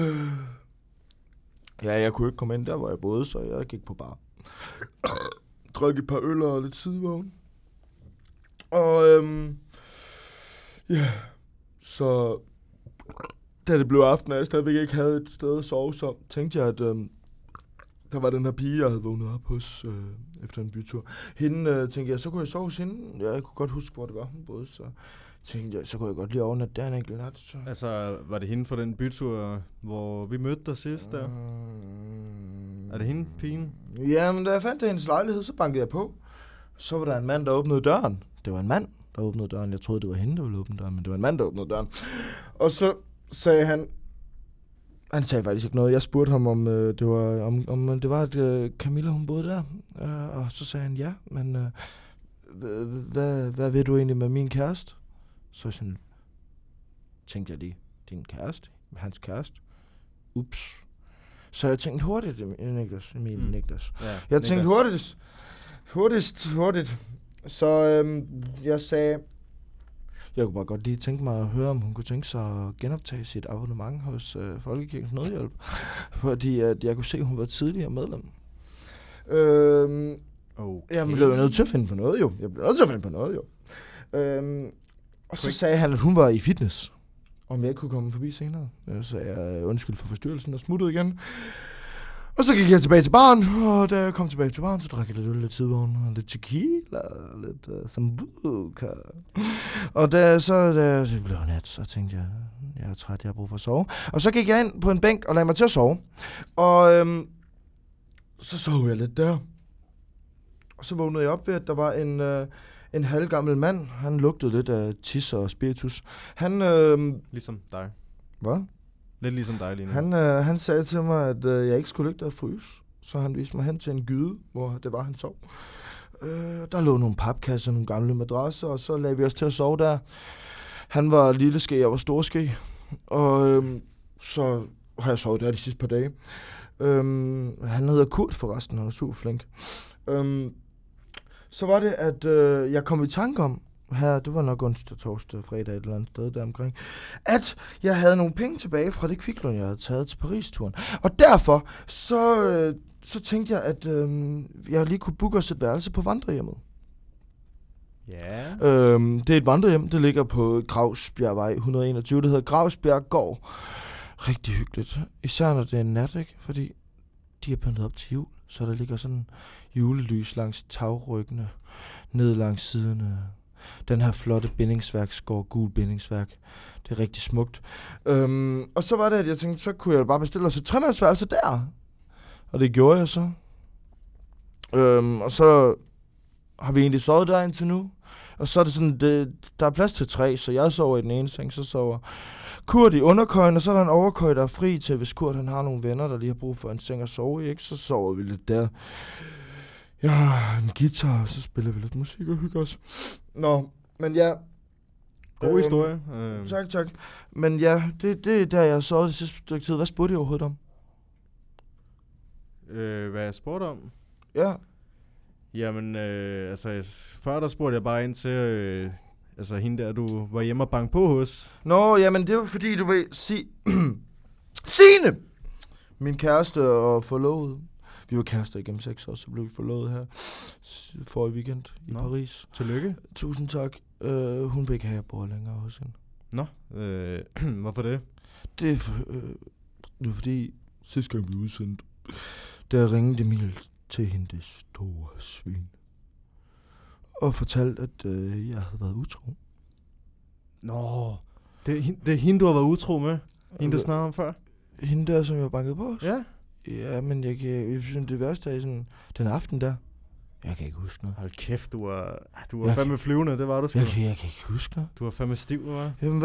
Ja, jeg kunne ikke komme ind der, hvor jeg boede, så jeg gik på bar. Drak et par øl og lidt sidevogn. Og ja, så da det blev aften, og jeg stadigvæk ikke havde et sted at sove, så tænkte jeg, at der var den her pige, jeg havde vågnet op hos efter en bytur. Hende tænkte jeg, så kunne jeg sove hos hende. Jeg kunne godt huske, hvor det var, hun boede, så tænkte jeg, så kunne jeg godt lige overnatte der en enkelt nat. Så. Altså, var det hende for den bytur, hvor vi mødte dig sidst der? Er det hende, pigen? Ja, men da jeg fandt hendes lejlighed, så bankede jeg på. Så var der en mand, der åbnede døren. Det var en mand, der åbnede døren. Jeg troede, det var hende, der ville åbne døren, men det var en mand, der åbnede døren. Og så sagde han... Han sagde faktisk ikke noget. Jeg spurgte ham, om det var, at Camilla, hun boede der. Og så sagde han ja, men hvad vil du egentlig med min kæreste? Så sådan, tænkte jeg lige, din kæreste? Hans kæreste? Ups. Så jeg tænkte hurtigt, Niklas. Ja, Jeg tænkte hurtigt. Så jeg sagde, jeg kunne bare godt lige tænke mig at høre, om hun kunne tænke sig at genoptage sit abonnement hos Folkekirkens Nødhjælp. Fordi at jeg kunne se, at hun var tidligere medlem. Okay. Jeg blev nødt til at finde på noget, jo. Og så sagde han, at hun var i fitness. Om jeg ikke kunne komme forbi senere. Så jeg undskyld for forstyrrelsen og smuttede igen. Og så gik jeg tilbage til baren, og da jeg kom tilbage til baren, så drak jeg lidt tidvogn, og lidt tequila, og lidt sambuca. Og da det blev nat, så tænkte jeg, jeg er træt, jeg har brug for at sove. Og så gik jeg ind på en bænk og lagde mig til at sove. Og så sov jeg lidt der. Og så vågnede jeg op ved, at der var en halvgammel mand. Han lugtede lidt af tis og spiritus. Han Ligesom dig. Hvad? Lidt ligesom dig lige nu. Han sagde til mig, at jeg ikke skulle ligge der og fryse. Så han viste mig hen til en gyde, hvor det var, han sov. Der lå nogle papkasser, nogle gamle madrasser, og så lagde vi os til at sove der. Han var lille ske, jeg var stor ske. Og så har jeg sovet der de sidste par dage. Han hedder Kurt forresten, han er super flink. Så var det, at jeg kom i tanke om, her, det var nok onsdag, torsdag, fredag et eller andet sted der omkring, at jeg havde nogle penge tilbage fra det kviklån, jeg havde taget til Paris-turen. Og derfor, så tænkte jeg, at jeg lige kunne booke os et værelse på vandrehjemmet. Ja. Det er et vandrehjem, det ligger på Gravsbjergvej 121, det hedder Gravsbjerg Gård. Rigtig hyggeligt. Især når det er nat, ikke? Fordi de er pyntet op til jul, så der ligger sådan julelys langs tagryggene, ned langs siderne. Den her flotte bindingsværksgård, gul bindingsværk. Det er rigtig smukt. Og så var det, at jeg tænkte, så kunne jeg bare bestille os et tremandsværelse der. Og det gjorde jeg så. Og så har vi egentlig sovet der indtil nu. Og så er det sådan, der er plads til 3, så jeg sover i den ene seng, så sover Kurt i underkøjen, og så er der en overkøj, der er fri til, hvis Kurt han har nogle venner, der lige har brug for en seng at sove i, ikke? Så sover vi lidt der. Jeg har en guitar, og så spiller vi lidt musik og hygger os. Nå, men ja. God historie. Tak. Men ja, det er der, jeg har sovet det sidste stykke tid. Hvad spurgte jeg overhovedet om? Hvad jeg spurgte om? Ja. Jamen, før der spurgte jeg bare ind til, hende der, du var hjemme og banke på hos. Nå, jamen det var fordi, du ved, Signe! Min kæreste og forlovet. Vi var kærester igennem 6 år, så blev vi forlovet her for i weekend i Paris. Tillykke. Tusind tak. Hun vil ikke have, at jeg bor længere hos hende. Nå, hvorfor det? Det er fordi, sidste gang vi udsendte, der ringede Emil til hende, det store svin, og fortalte, at jeg havde været utro. Nå, det er hende, du har været utro med? Hende, du snakkede om før? Hende der, som jeg bankede på os? Ja. Ja, men jeg synes, det værste er sådan, den aften der, jeg kan ikke huske noget. Hold kæft, du var fandme flyvende, det var du sgu. Jeg kan ikke huske noget. Du var fandme stiv, var? Jamen,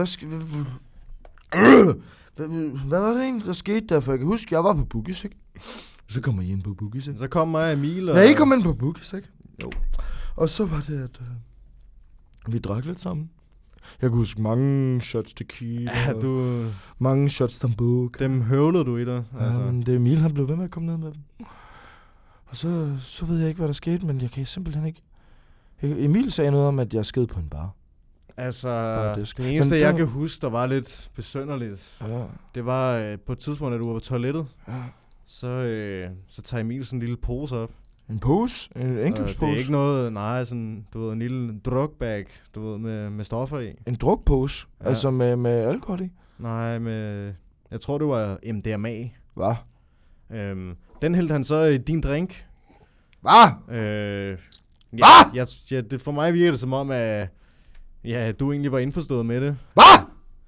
hvad var det egentlig, der skete der? For jeg kan huske, jeg var på Boogies, ikke? Så kommer I ind på Boogies, ikke? Så kom mig og Emil og... Ja, I kom ind på Boogies, ikke? Jo. Og så var det, at vi drak lidt sammen. Jeg kan huske mange shots tequila. Ja, du... Mange shots sambuca. Dem høvlede du i dig. Altså. Ja, men det Emil, han blev ved med at komme ned med dem. Og så ved jeg ikke, hvad der skete, men jeg kan simpelthen ikke... Emil sagde noget om, at jeg sked på en bar. Altså, det eneste, jeg kan huske, der var lidt besynderligt, det var på et tidspunkt, at du var på toilettet. Ja. Så tager Emil sådan en lille pose op. En pose? En indkøbspose? Det er ikke noget, nej, sådan, du ved, en lille drukbag, du ved, med stoffer i. En drukpose? Ja. Altså med alkohol i? Nej, jeg tror, det var MDMA. Hvad? Den hældte han så i din drink. Hvad? Det for mig virker det som om, at du egentlig var indforstået med det. Hvad?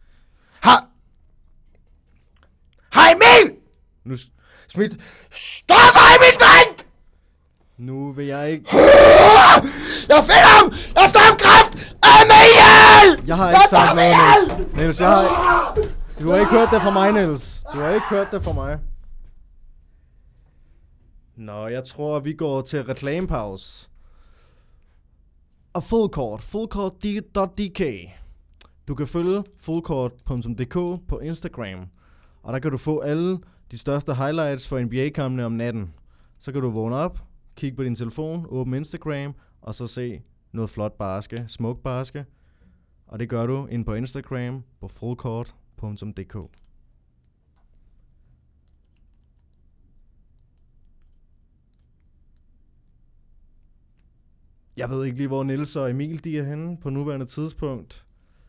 Hej Emil! Nu... Smid. Stop mig min drink! Nu vil jeg ikke... Jeg finder ham! Jeg står om kræft! Emil! Jeg har ikke sagt noget, Niels. Niels, du har ikke hørt det fra mig, Niels. Du har ikke hørt det fra mig. Nå, jeg tror, vi går til reklamepause. Og Fullcourt, fullcourt.dk. Du kan følge fullcourt.dk på Instagram, og der kan du få alle de største highlights for NBA-kampene om natten. Så kan du vågne op, kigge på din telefon, åbne Instagram, og så se noget flot basket, smuk basket. Og det gør du ind på Instagram på fullcourt.dk. Jeg ved ikke lige, hvor Niels og Emil de er henne på nuværende tidspunkt.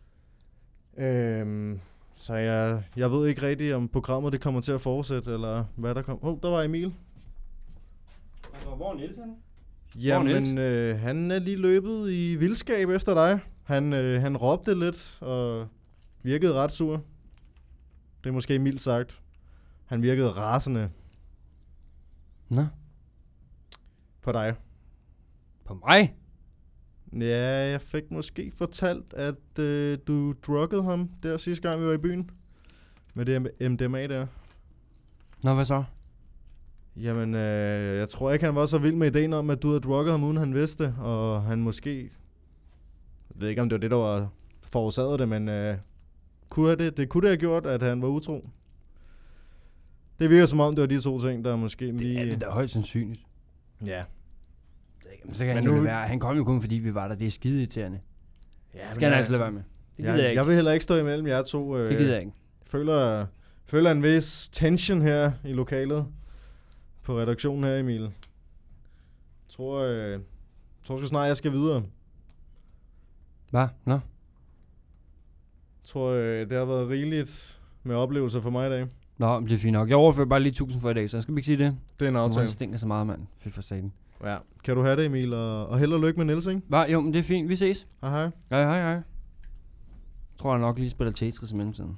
Så jeg ved ikke rigtigt, om programmet det kommer til at fortsætte, eller hvad der kommer. Der var Emil. Hvor er Niels henne? Jamen, han er lige løbet i vildskab efter dig. Han råbte lidt, og virkede ret sur. Det er måske mildt sagt. Han virkede rasende. Nå. På dig. På mig? Ja, jeg fik måske fortalt, at du druggede ham der sidste gang, vi var i byen. Med det MDMA der. Nå, hvad så? Jamen, jeg tror ikke, han var så vild med ideen om, at du havde drugget ham, uden han vidste. Og han måske... Jeg ved ikke, om det var det, der var forårsaget det, men det kunne det have gjort, at han var utro. Det virker som om, det var de to ting, der måske lige... Det er det da højst sandsynligt. Ja. Så kan han jo være. Han kom jo kun, fordi vi var der. Det er skide irriterende. Ja, skal han altså lade være med. Det gider jeg ikke. Jeg vil heller ikke stå imellem jer to. Det gider jeg ikke. Føler en vis tension her i lokalet. På redaktionen her, Emil. Jeg tror sgu snart, jeg skal videre. Hvad? Nå? Jeg tror, det har været rigeligt med oplevelser for mig i dag. Nå, det er fint nok. Jeg overfører bare lige 1000 for i dag, så skal vi ikke sige det? Det er en aftale. Han stinker så meget, mand. Fy for satan. Ja. Kan du have det, Emil? Og held og lykke med Niels, ikke? Hva? Jo, men det er fint. Vi ses. Hej. Hej. Jeg tror, jeg nok lige spiller Tetris i mellemtiden.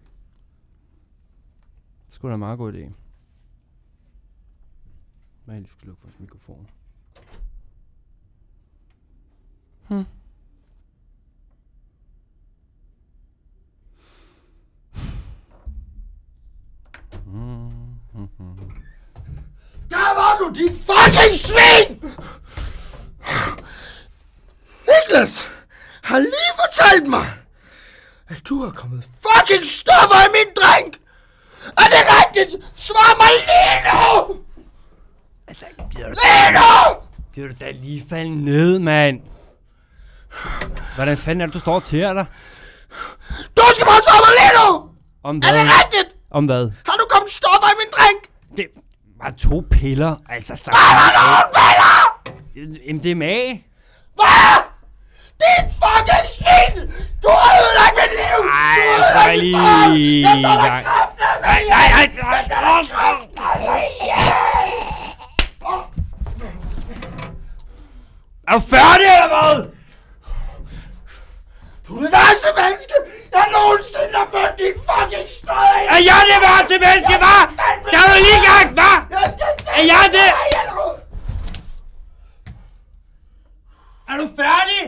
Det skulle da en meget god idé. Hvad er det, vi skal lukke vores mikrofon? Der var du, dit fucking svin! Niklas har lige fortalt mig, at du har kommet fucking stoffer i min drink! Er det rigtigt? Svar mig lige nu! Altså, Lige nu! du da lige falde ned, mand? Hvordan fanden er det, du står og tærer dig? Du skal bare svare mig lige nu! Om hvad? Er det rigtigt? Om hvad? Har du kommet stoffer i min drink? Det var 2 piller. Altså, slap Der var nogen piller! MDMA? Hvad? Dit fucking svin! Du har ødelagt mit liv! Ej, jeg skal lige... Jeg står der kraftedeme! Er du færdig, eller hvad? Du er det værste menneske, jeg nogensinde har mødt, din fucking støj! Er jeg det værste menneske, hva? Skal du lige i gang, hva? Jeg skal se Er jeg det? dig! Er du færdig?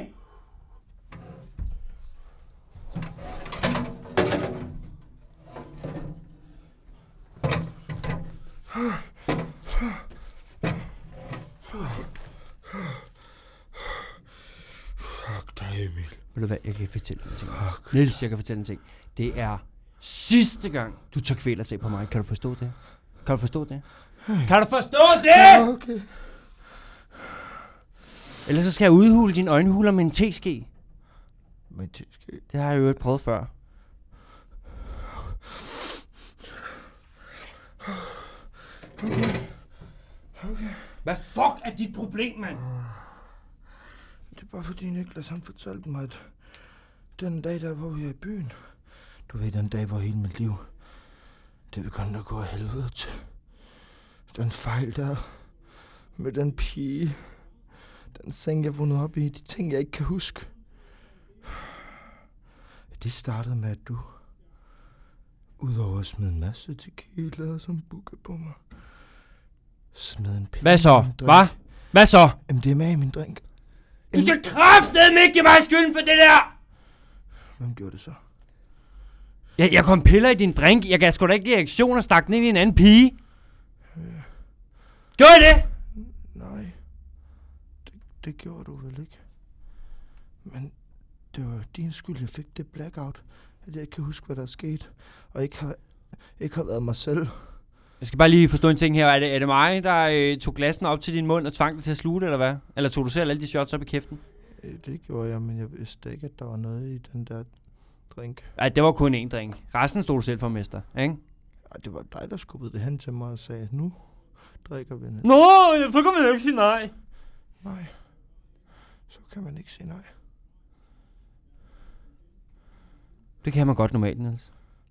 Fuck dig, Emil. Ved du hvad, jeg kan fortælle en ting. Niels, jeg kan fortælle en ting. Det er sidste gang, du tager kvæler til på mig. Kan du forstå det? Kan du forstå det? Kan du forstå det? Ja, okay. Ellers så skal jeg udhule dine øjenhuler med en teske. Men det skal... Det har jeg jo prøvet før. Okay. Hvad fuck er dit problem, mand? Det er bare fordi Niklas han fortalte mig, at den dag der hvor jeg er i byen, du ved den dag hvor hele mit liv, det begyndte at gå af helvede til. Den fejl der med den pige, den seng jeg vågnede op i, de ting jeg ikke kan huske. Det startede med at du, udover at smide en masse tequila som bukke på mig, smed en pille. Hvad så? Hvad? Hvad så? MDMA i min drink. Du skal kraftedeme ikke give mig skylden for det der! Hvem gjorde det så? Jeg kom piller i din drink. Jeg gav sgu da ikke i reaktion og stak den ind i en anden pige. Gjorde jeg det? Nej. Det gjorde du vel ikke? Men det var din skyld, jeg fik det blackout. At jeg ikke kan huske, hvad der er sket. Og ikke har været mig selv. Jeg skal bare lige forstå en ting her. Er det mig, der tog glassen op til din mund og tvang dig til at sluge det, eller hvad? Eller tog du selv alle de shots op i kæften? Det gjorde jeg, men jeg vidste ikke, at der var noget i den der drink. Nej, det var kun én drink. Resten stod du selv for, mester, ikke? Ej, det var dig, der skubbede det hen til mig og sagde, nu drikker vi det. Nå, så kan man jo ikke sige nej. Nej, så kan man ikke sige nej. Det kan man godt normalt, Niels.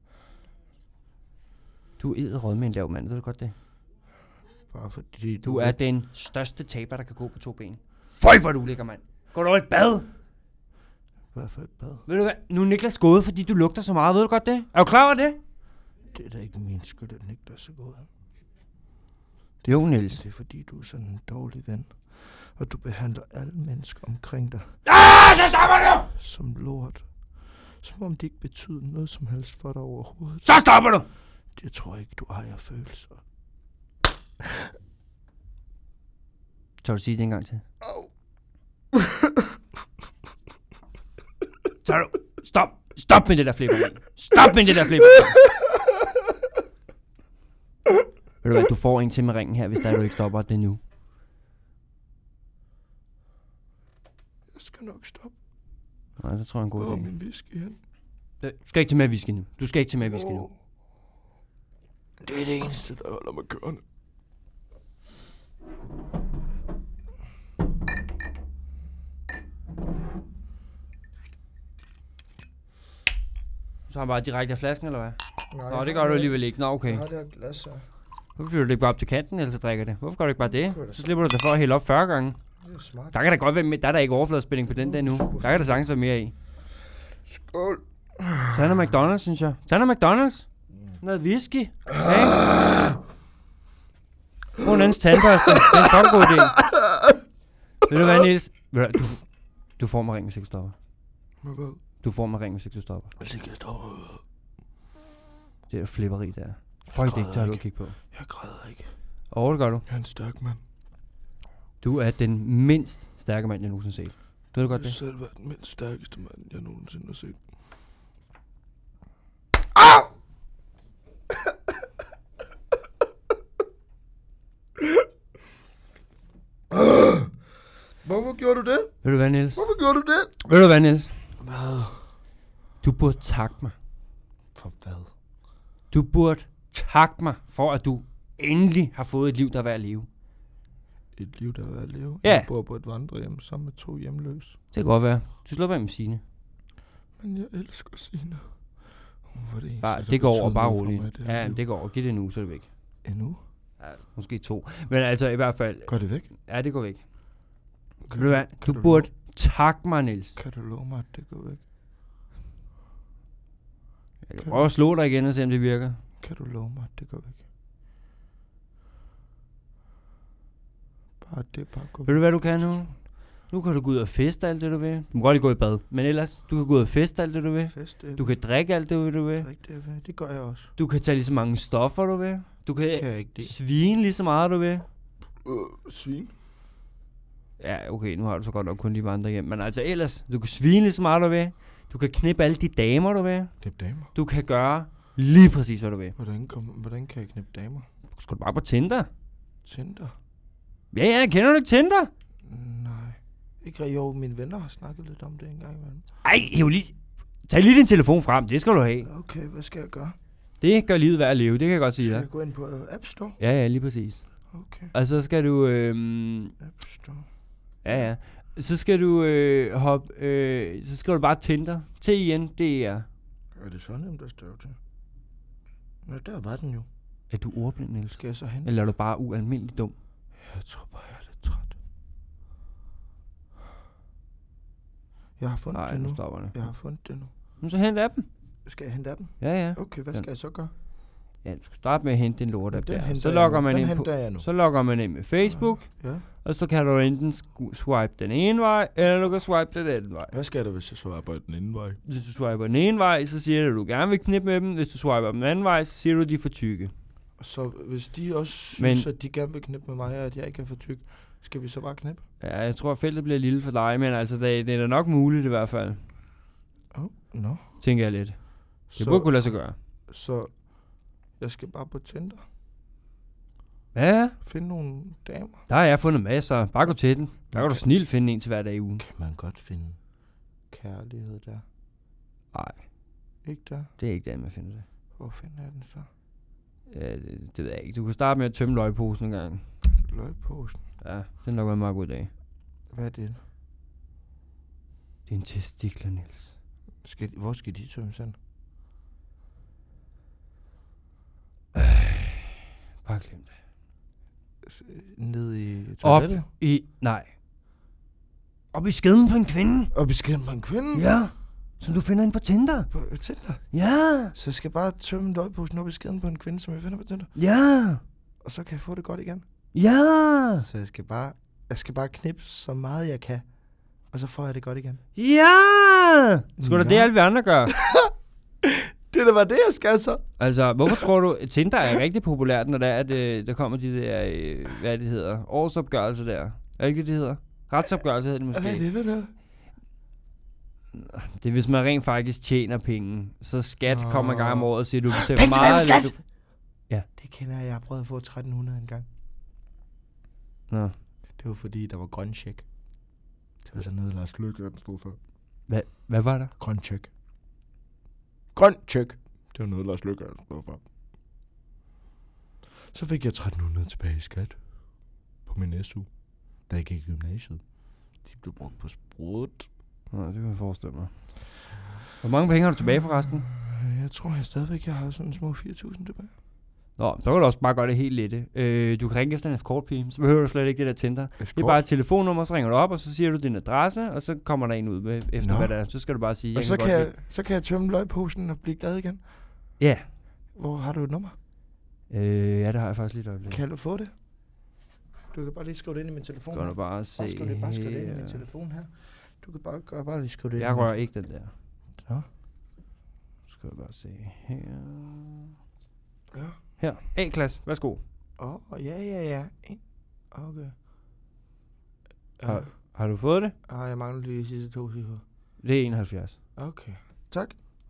Du er edderød med en lav mand, ved du godt det? Bare fordi Du er den største taber, der kan gå på 2 ben. Føj, hvor du ligger, mand. Går du over i bad? Hvad for et bad? Ved du hvad? Nu er Niklas gået, fordi du lugter så meget. Ved du godt det? Er du klar over det? Det er da ikke min skyld, at Niklas er gået. Jo, Niels. Det er fordi, du er sådan en dårlig ven. Og du behandler alle mennesker omkring dig. Så stopper du! Som lort. Som om det ikke betyder noget som helst for dig overhovedet. Så stopper du! Jeg tror ikke, du ejer følelser. Tør du sige det en gang til? Au. Tør du? Stop! Stop med det der flipper. Stop med det der flipper. Ved du hvad, du får en til med ringen her, hvis der du ikke stopper det nu. Jeg skal nok stoppe. Nej, så tror jeg en god Hvor er idé. min whisky hen? Du skal ikke til med whisky nu. Du skal ikke til med whisky nu. Det er det eneste, der holder mig kørende. Så har han bare direkte af flasken, eller hvad? Nej, Nå, det gør du alligevel ikke. Nå, okay. Jeg har det her glas her. Hvorfor flytter du ikke bare op til kanten, eller så drikker det? Hvorfor gør du ikke bare det? kunne jeg da Så slipper du dig for at hælde op 40 gange. Det er smart. Der kan da godt være, der er der ikke overfladespænding på den der nu. Der kan der sagtens være mere i. Skål. Tag noget McDonald's, synes jeg. Tag noget McDonald's. Noget whisky. Okay. Brug en andens tandbørste. Det er en fucking god idé. Ved du hvad, Niels? Du får mig ring, hvis ikke du stopper. Med hvad? Du får mig ring, hvis ikke du stopper. Hvis ikke jeg stopper med hvad? Det er jo flipperi, der. Folk, det ikke tør du at kigge på. Jeg græder ikke. Det gør du. Jeg er en stærk mand. Du er den mindst stærke mand, jeg nogensinde har set. Du ved du godt Jeg har det? selv været den mindst stærkeste mand, jeg nogensinde har set. Hvorfor gjorde du det? Ved du hvad, Niels? Hvorfor gjorde du det? Ved du hvad, Niels? Hvad? Du burde takke mig. For hvad? Du burde takke mig for, at du endelig har fået et liv, der er værd at leve. Et liv, der er værd at leve? Ja. Jeg bor på et vandrehjem sammen med 2 hjemløse. Det kan godt være. Du slår bare med Signe. Men jeg elsker Signe. Hun var det eneste, Bare, der det går over, betød bare noget for roligt. mig i det her Ja, liv. det går over. Giv det en uge, så er det væk. En uge? Ja, måske 2. Men altså, i hvert fald... Går det væk? Ja, det går væk. Kan Ved du hvad? Du burde takke mig, Niels. Kan du love mig, at det går væk? Jeg kan prøve at slå dig igen og se, om det virker. Kan du love mig, at det går væk? Bare det bare går væk. Ved du, hvad du kan nu? Nu kan du gå ud og feste alt det, du vil. Du må godt lige gå i bad. Men ellers, du kan gå ud og feste alt det, du vil. Fest, det Du kan drikke alt det, du vil. det gør jeg også. Du kan tage lige så mange stoffer, du vil. Du kan Kan jeg ikke det? svine lige så meget, du vil. Svin? Ja, okay, nu har du så godt nok kun de vandre hjem. Men altså ellers, du kan svine lige så meget, du vil. Du kan knippe alle de damer, du vil. Det er damer. Du kan gøre lige præcis, hvad du vil. Hvordan kan jeg knippe damer? Du skal bare på Tinder. Tinder? Ja, kender du ikke Tinder? Nej. Ikke jo, mine venner har snakket lidt om det en gang imellem. Ej, tag lige din telefon frem, det skal du have. Okay, hvad skal jeg gøre? Det gør livet værd at leve, det kan jeg godt sige Skal dig. jeg gå ind på App Store? Ja, lige præcis. Okay. Og så skal du, App Store. ja. Så skal du så skal du bare Tinder. T-I-N-D-E-R. Er det så nemt at stave til? Nå, der var den jo. Er du ordblind, Niels? Skal jeg så hen? Eller er du bare ualmindelig dum? Jeg tror bare, jeg er lidt træt. Jeg har fundet det Nej, nu. nu stopper det. Jeg har fundet det nu. Men så hent appen. Skal jeg hente appen? Ja. Okay, hvad skal jeg så gøre? Ja, du skal starte med at hente din lort app Den der. henter Så jeg logger nu. man Den ind på, henter jeg nu. så logger man ind med Facebook, Ja. og så kan du enten swipe den ene vej, eller du kan swipe den anden vej. Hvad skal der, hvis jeg så arbejder den anden vej? Hvis du swiper den ene vej, så siger du, at du gerne vil knippe med dem. Hvis du swiper den anden vej, så siger du, at de er for tykke. Så hvis de også synes, at de gerne vil knippe med mig, og at jeg ikke er for tyk, skal vi så bare knippe? Ja, jeg tror, feltet bliver lille for dig, men altså, det er da nok muligt i hvert fald. Nå. Tænker jeg lidt. Det burde kunne lade sig gøre. Så jeg skal bare på Tinder. Ja, Finde nogle damer. der har jeg fundet masser. Bare gå til den. Der kan du snilt finde en til hver dag i ugen. Kan man godt finde kærlighed der? Nej, Ikke der? det er ikke der, man finder det. Hvor finder jeg den så? Det ved jeg ikke. Du kan starte med at tømme løgposen en gang. Løgposen. Ja, det er nok en meget god dag. Hvad er det? Din testikler, Niels. Hvor skal de tømmes hen? Bare glem det. Ned i toilettet? Nej. Op i skeden på en kvinde. Og beskeden på en kvinde? Ja. Som du finder ind på Tinder. På Tinder? Ja. Så jeg skal bare tømme løgposen op i skeden på en kvinde, som jeg finder på Tinder? Ja. Og så kan jeg få det godt igen? Ja. Så jeg skal bare knipse så meget jeg kan. Og så får jeg det godt igen? Ja. Skulle da det, alle vi andre gør? Det er da bare det, jeg skal så. Altså, hvorfor tror du, Tinder er rigtig populært, når der er, at der kommer de der, hvad det hedder, årsopgørelser der? Er det ikke det, det hedder? Retsopgørelse hedder det måske. Hvad er det ved det? Det er, hvis man rent faktisk tjener penge. Så skat kommer en gang om året og siger, du vil Penge meget... skat! Ja. Det kender jeg. Jeg har prøvet at få 1300 en gang. Nå. Det var fordi, der var grøn check. Det var sådan noget, Lars Løkke, den stod for. Hvad var der? Grøn check. Grøn check. Det var noget, Lars Løkke, den stod for. Så fik jeg 1300 tilbage i skat. På min SU. Da jeg gik i gymnasiet. De blev brugt på sprut. Nå, det kan jeg forestille mig. Hvor mange penge har du tilbage forresten? Jeg tror jeg stadigvæk, jeg har sådan små 4.000 tilbage. Nå, så kan du også bare gøre det helt lette. Du kan ringe efter en escortpige, så behøver du slet ikke det der Tinder. Det er bare et telefonnummer, så ringer du op, og så siger du din adresse, og så kommer der en ud med, efter hvad der er. Så skal du bare sige, og så kan jeg tømme løgposen og blive glad igen? Ja. Hvor har du et nummer? Ja, det har jeg faktisk lige et øjeblik. Kan du få det? Du kan bare lige skrive det ind i min telefon. Kan du bare se Bare skrive det ind i min telefon her. Du kan bare lige skrive det ind. Jeg rører ikke den der. Nå. Skal du bare se her. Ja. Her. A-klasse. Værsgo. Ja. Okay. Har du fået det? Jeg mangler lige de sidste 2 cifre. Det er 71. Okay. Tak.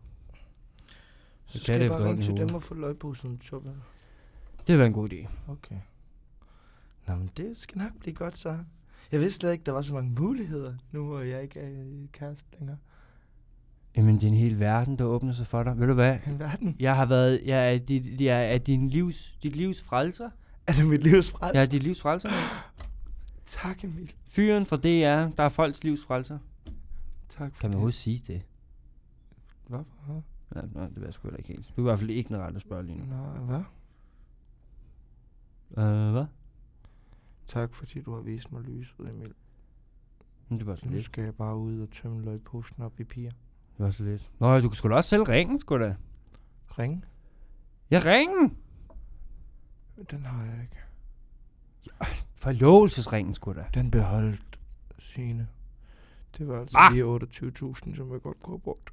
Så kan skal det jeg bare ringe efterhånden til i dem og få løgposen. Det vil være en god idé. Okay. Nå, men det skal nok blive godt så. Jeg vidste slet ikke, der var så mange muligheder, nu hvor jeg ikke er kæreste længere. Jamen, det er en hel verden, der åbner sig for dig. Ved du hvad? En verden? Jeg er dit livs frelser. Er det mit livs frelser? Jeg er dit livs frelser. Tak, Emil. Fyren fra DR, der er folks livs frelser. Tak for Kan man overhovedet sige det? Hvorfor? Ja, nej, det ved jeg sgu heller ikke helt. Du er i hvert fald ikke ret at spørge lige nu. Nå, hvad? Hvad? Tak fordi du har vist mig lyset, Emil. Men det var så Nu lidt. skal jeg bare ud og tømme løgposen op i piger. Det var så lidt. Nå, du kan sgu da også selv ringe, sgu da. Ringe? Ja, ringen! Den har jeg ikke. Forlovelsesringen, sgu da. Den beholdt Signe. Det var altså lige 28.000, som jeg godt kunne have brugt.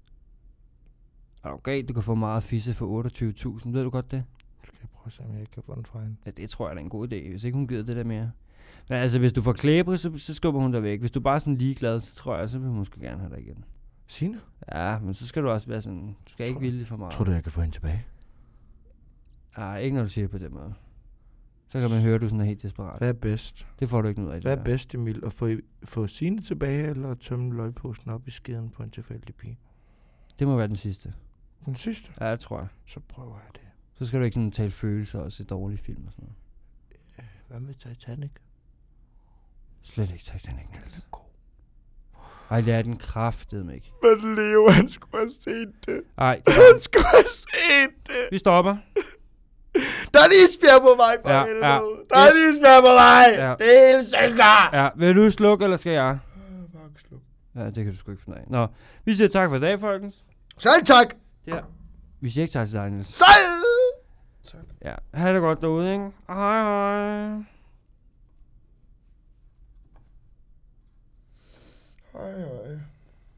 Okay, du kan få meget fisse for 28.000. Ved du godt det? Skal jeg prøve at se, om jeg ikke kan få den fra hende? Ja, det tror jeg er en god idé, hvis ikke hun gider det der mere. Men altså, hvis du får klæbre, så skubber hun dig væk. Hvis du bare er sådan ligeglad, så tror jeg, så vil hun måske gerne have dig igen. Signe? Ja, men så skal du også være sådan, du skal ikke ville det for meget. Tror du, jeg kan få hende tilbage? Nej, ikke når du siger det på den måde. Så kan man høre, at du sådan er helt desperat. Hvad er bedst? Det får du ikke noget af. Hvad er bedst, Emil? At få Signe tilbage, eller at tømme løgposten op i skeden på en tilfældig pige? Det må være den sidste. Den sidste? Ja, det tror jeg. Så prøver jeg det. Så skal du ikke sådan tale følelser og se dårlige film og sådan noget. Hvad med Titanic? Slet ikke Titanic, Niels. Ej, det er den kraftedeme ikke. Men Leo, han skulle have set det. Ej, Han skulle have set det. vi stopper. Der er lige isbjerg på vej, for helvede. Der er lige isbjerg på vej. Ja. Det er helt sikkert. Ja, vil du slukke, eller skal jeg? Bare sluk. Ja, det kan du sgu ikke finde af. Nå, vi siger tak for i dag, folkens. Selv tak. Ja. Vi siger ikke tak til dig, Niels. Selv. Tak. Ja, ha' det godt derude, ikke? Hej, hej. Hej, hej.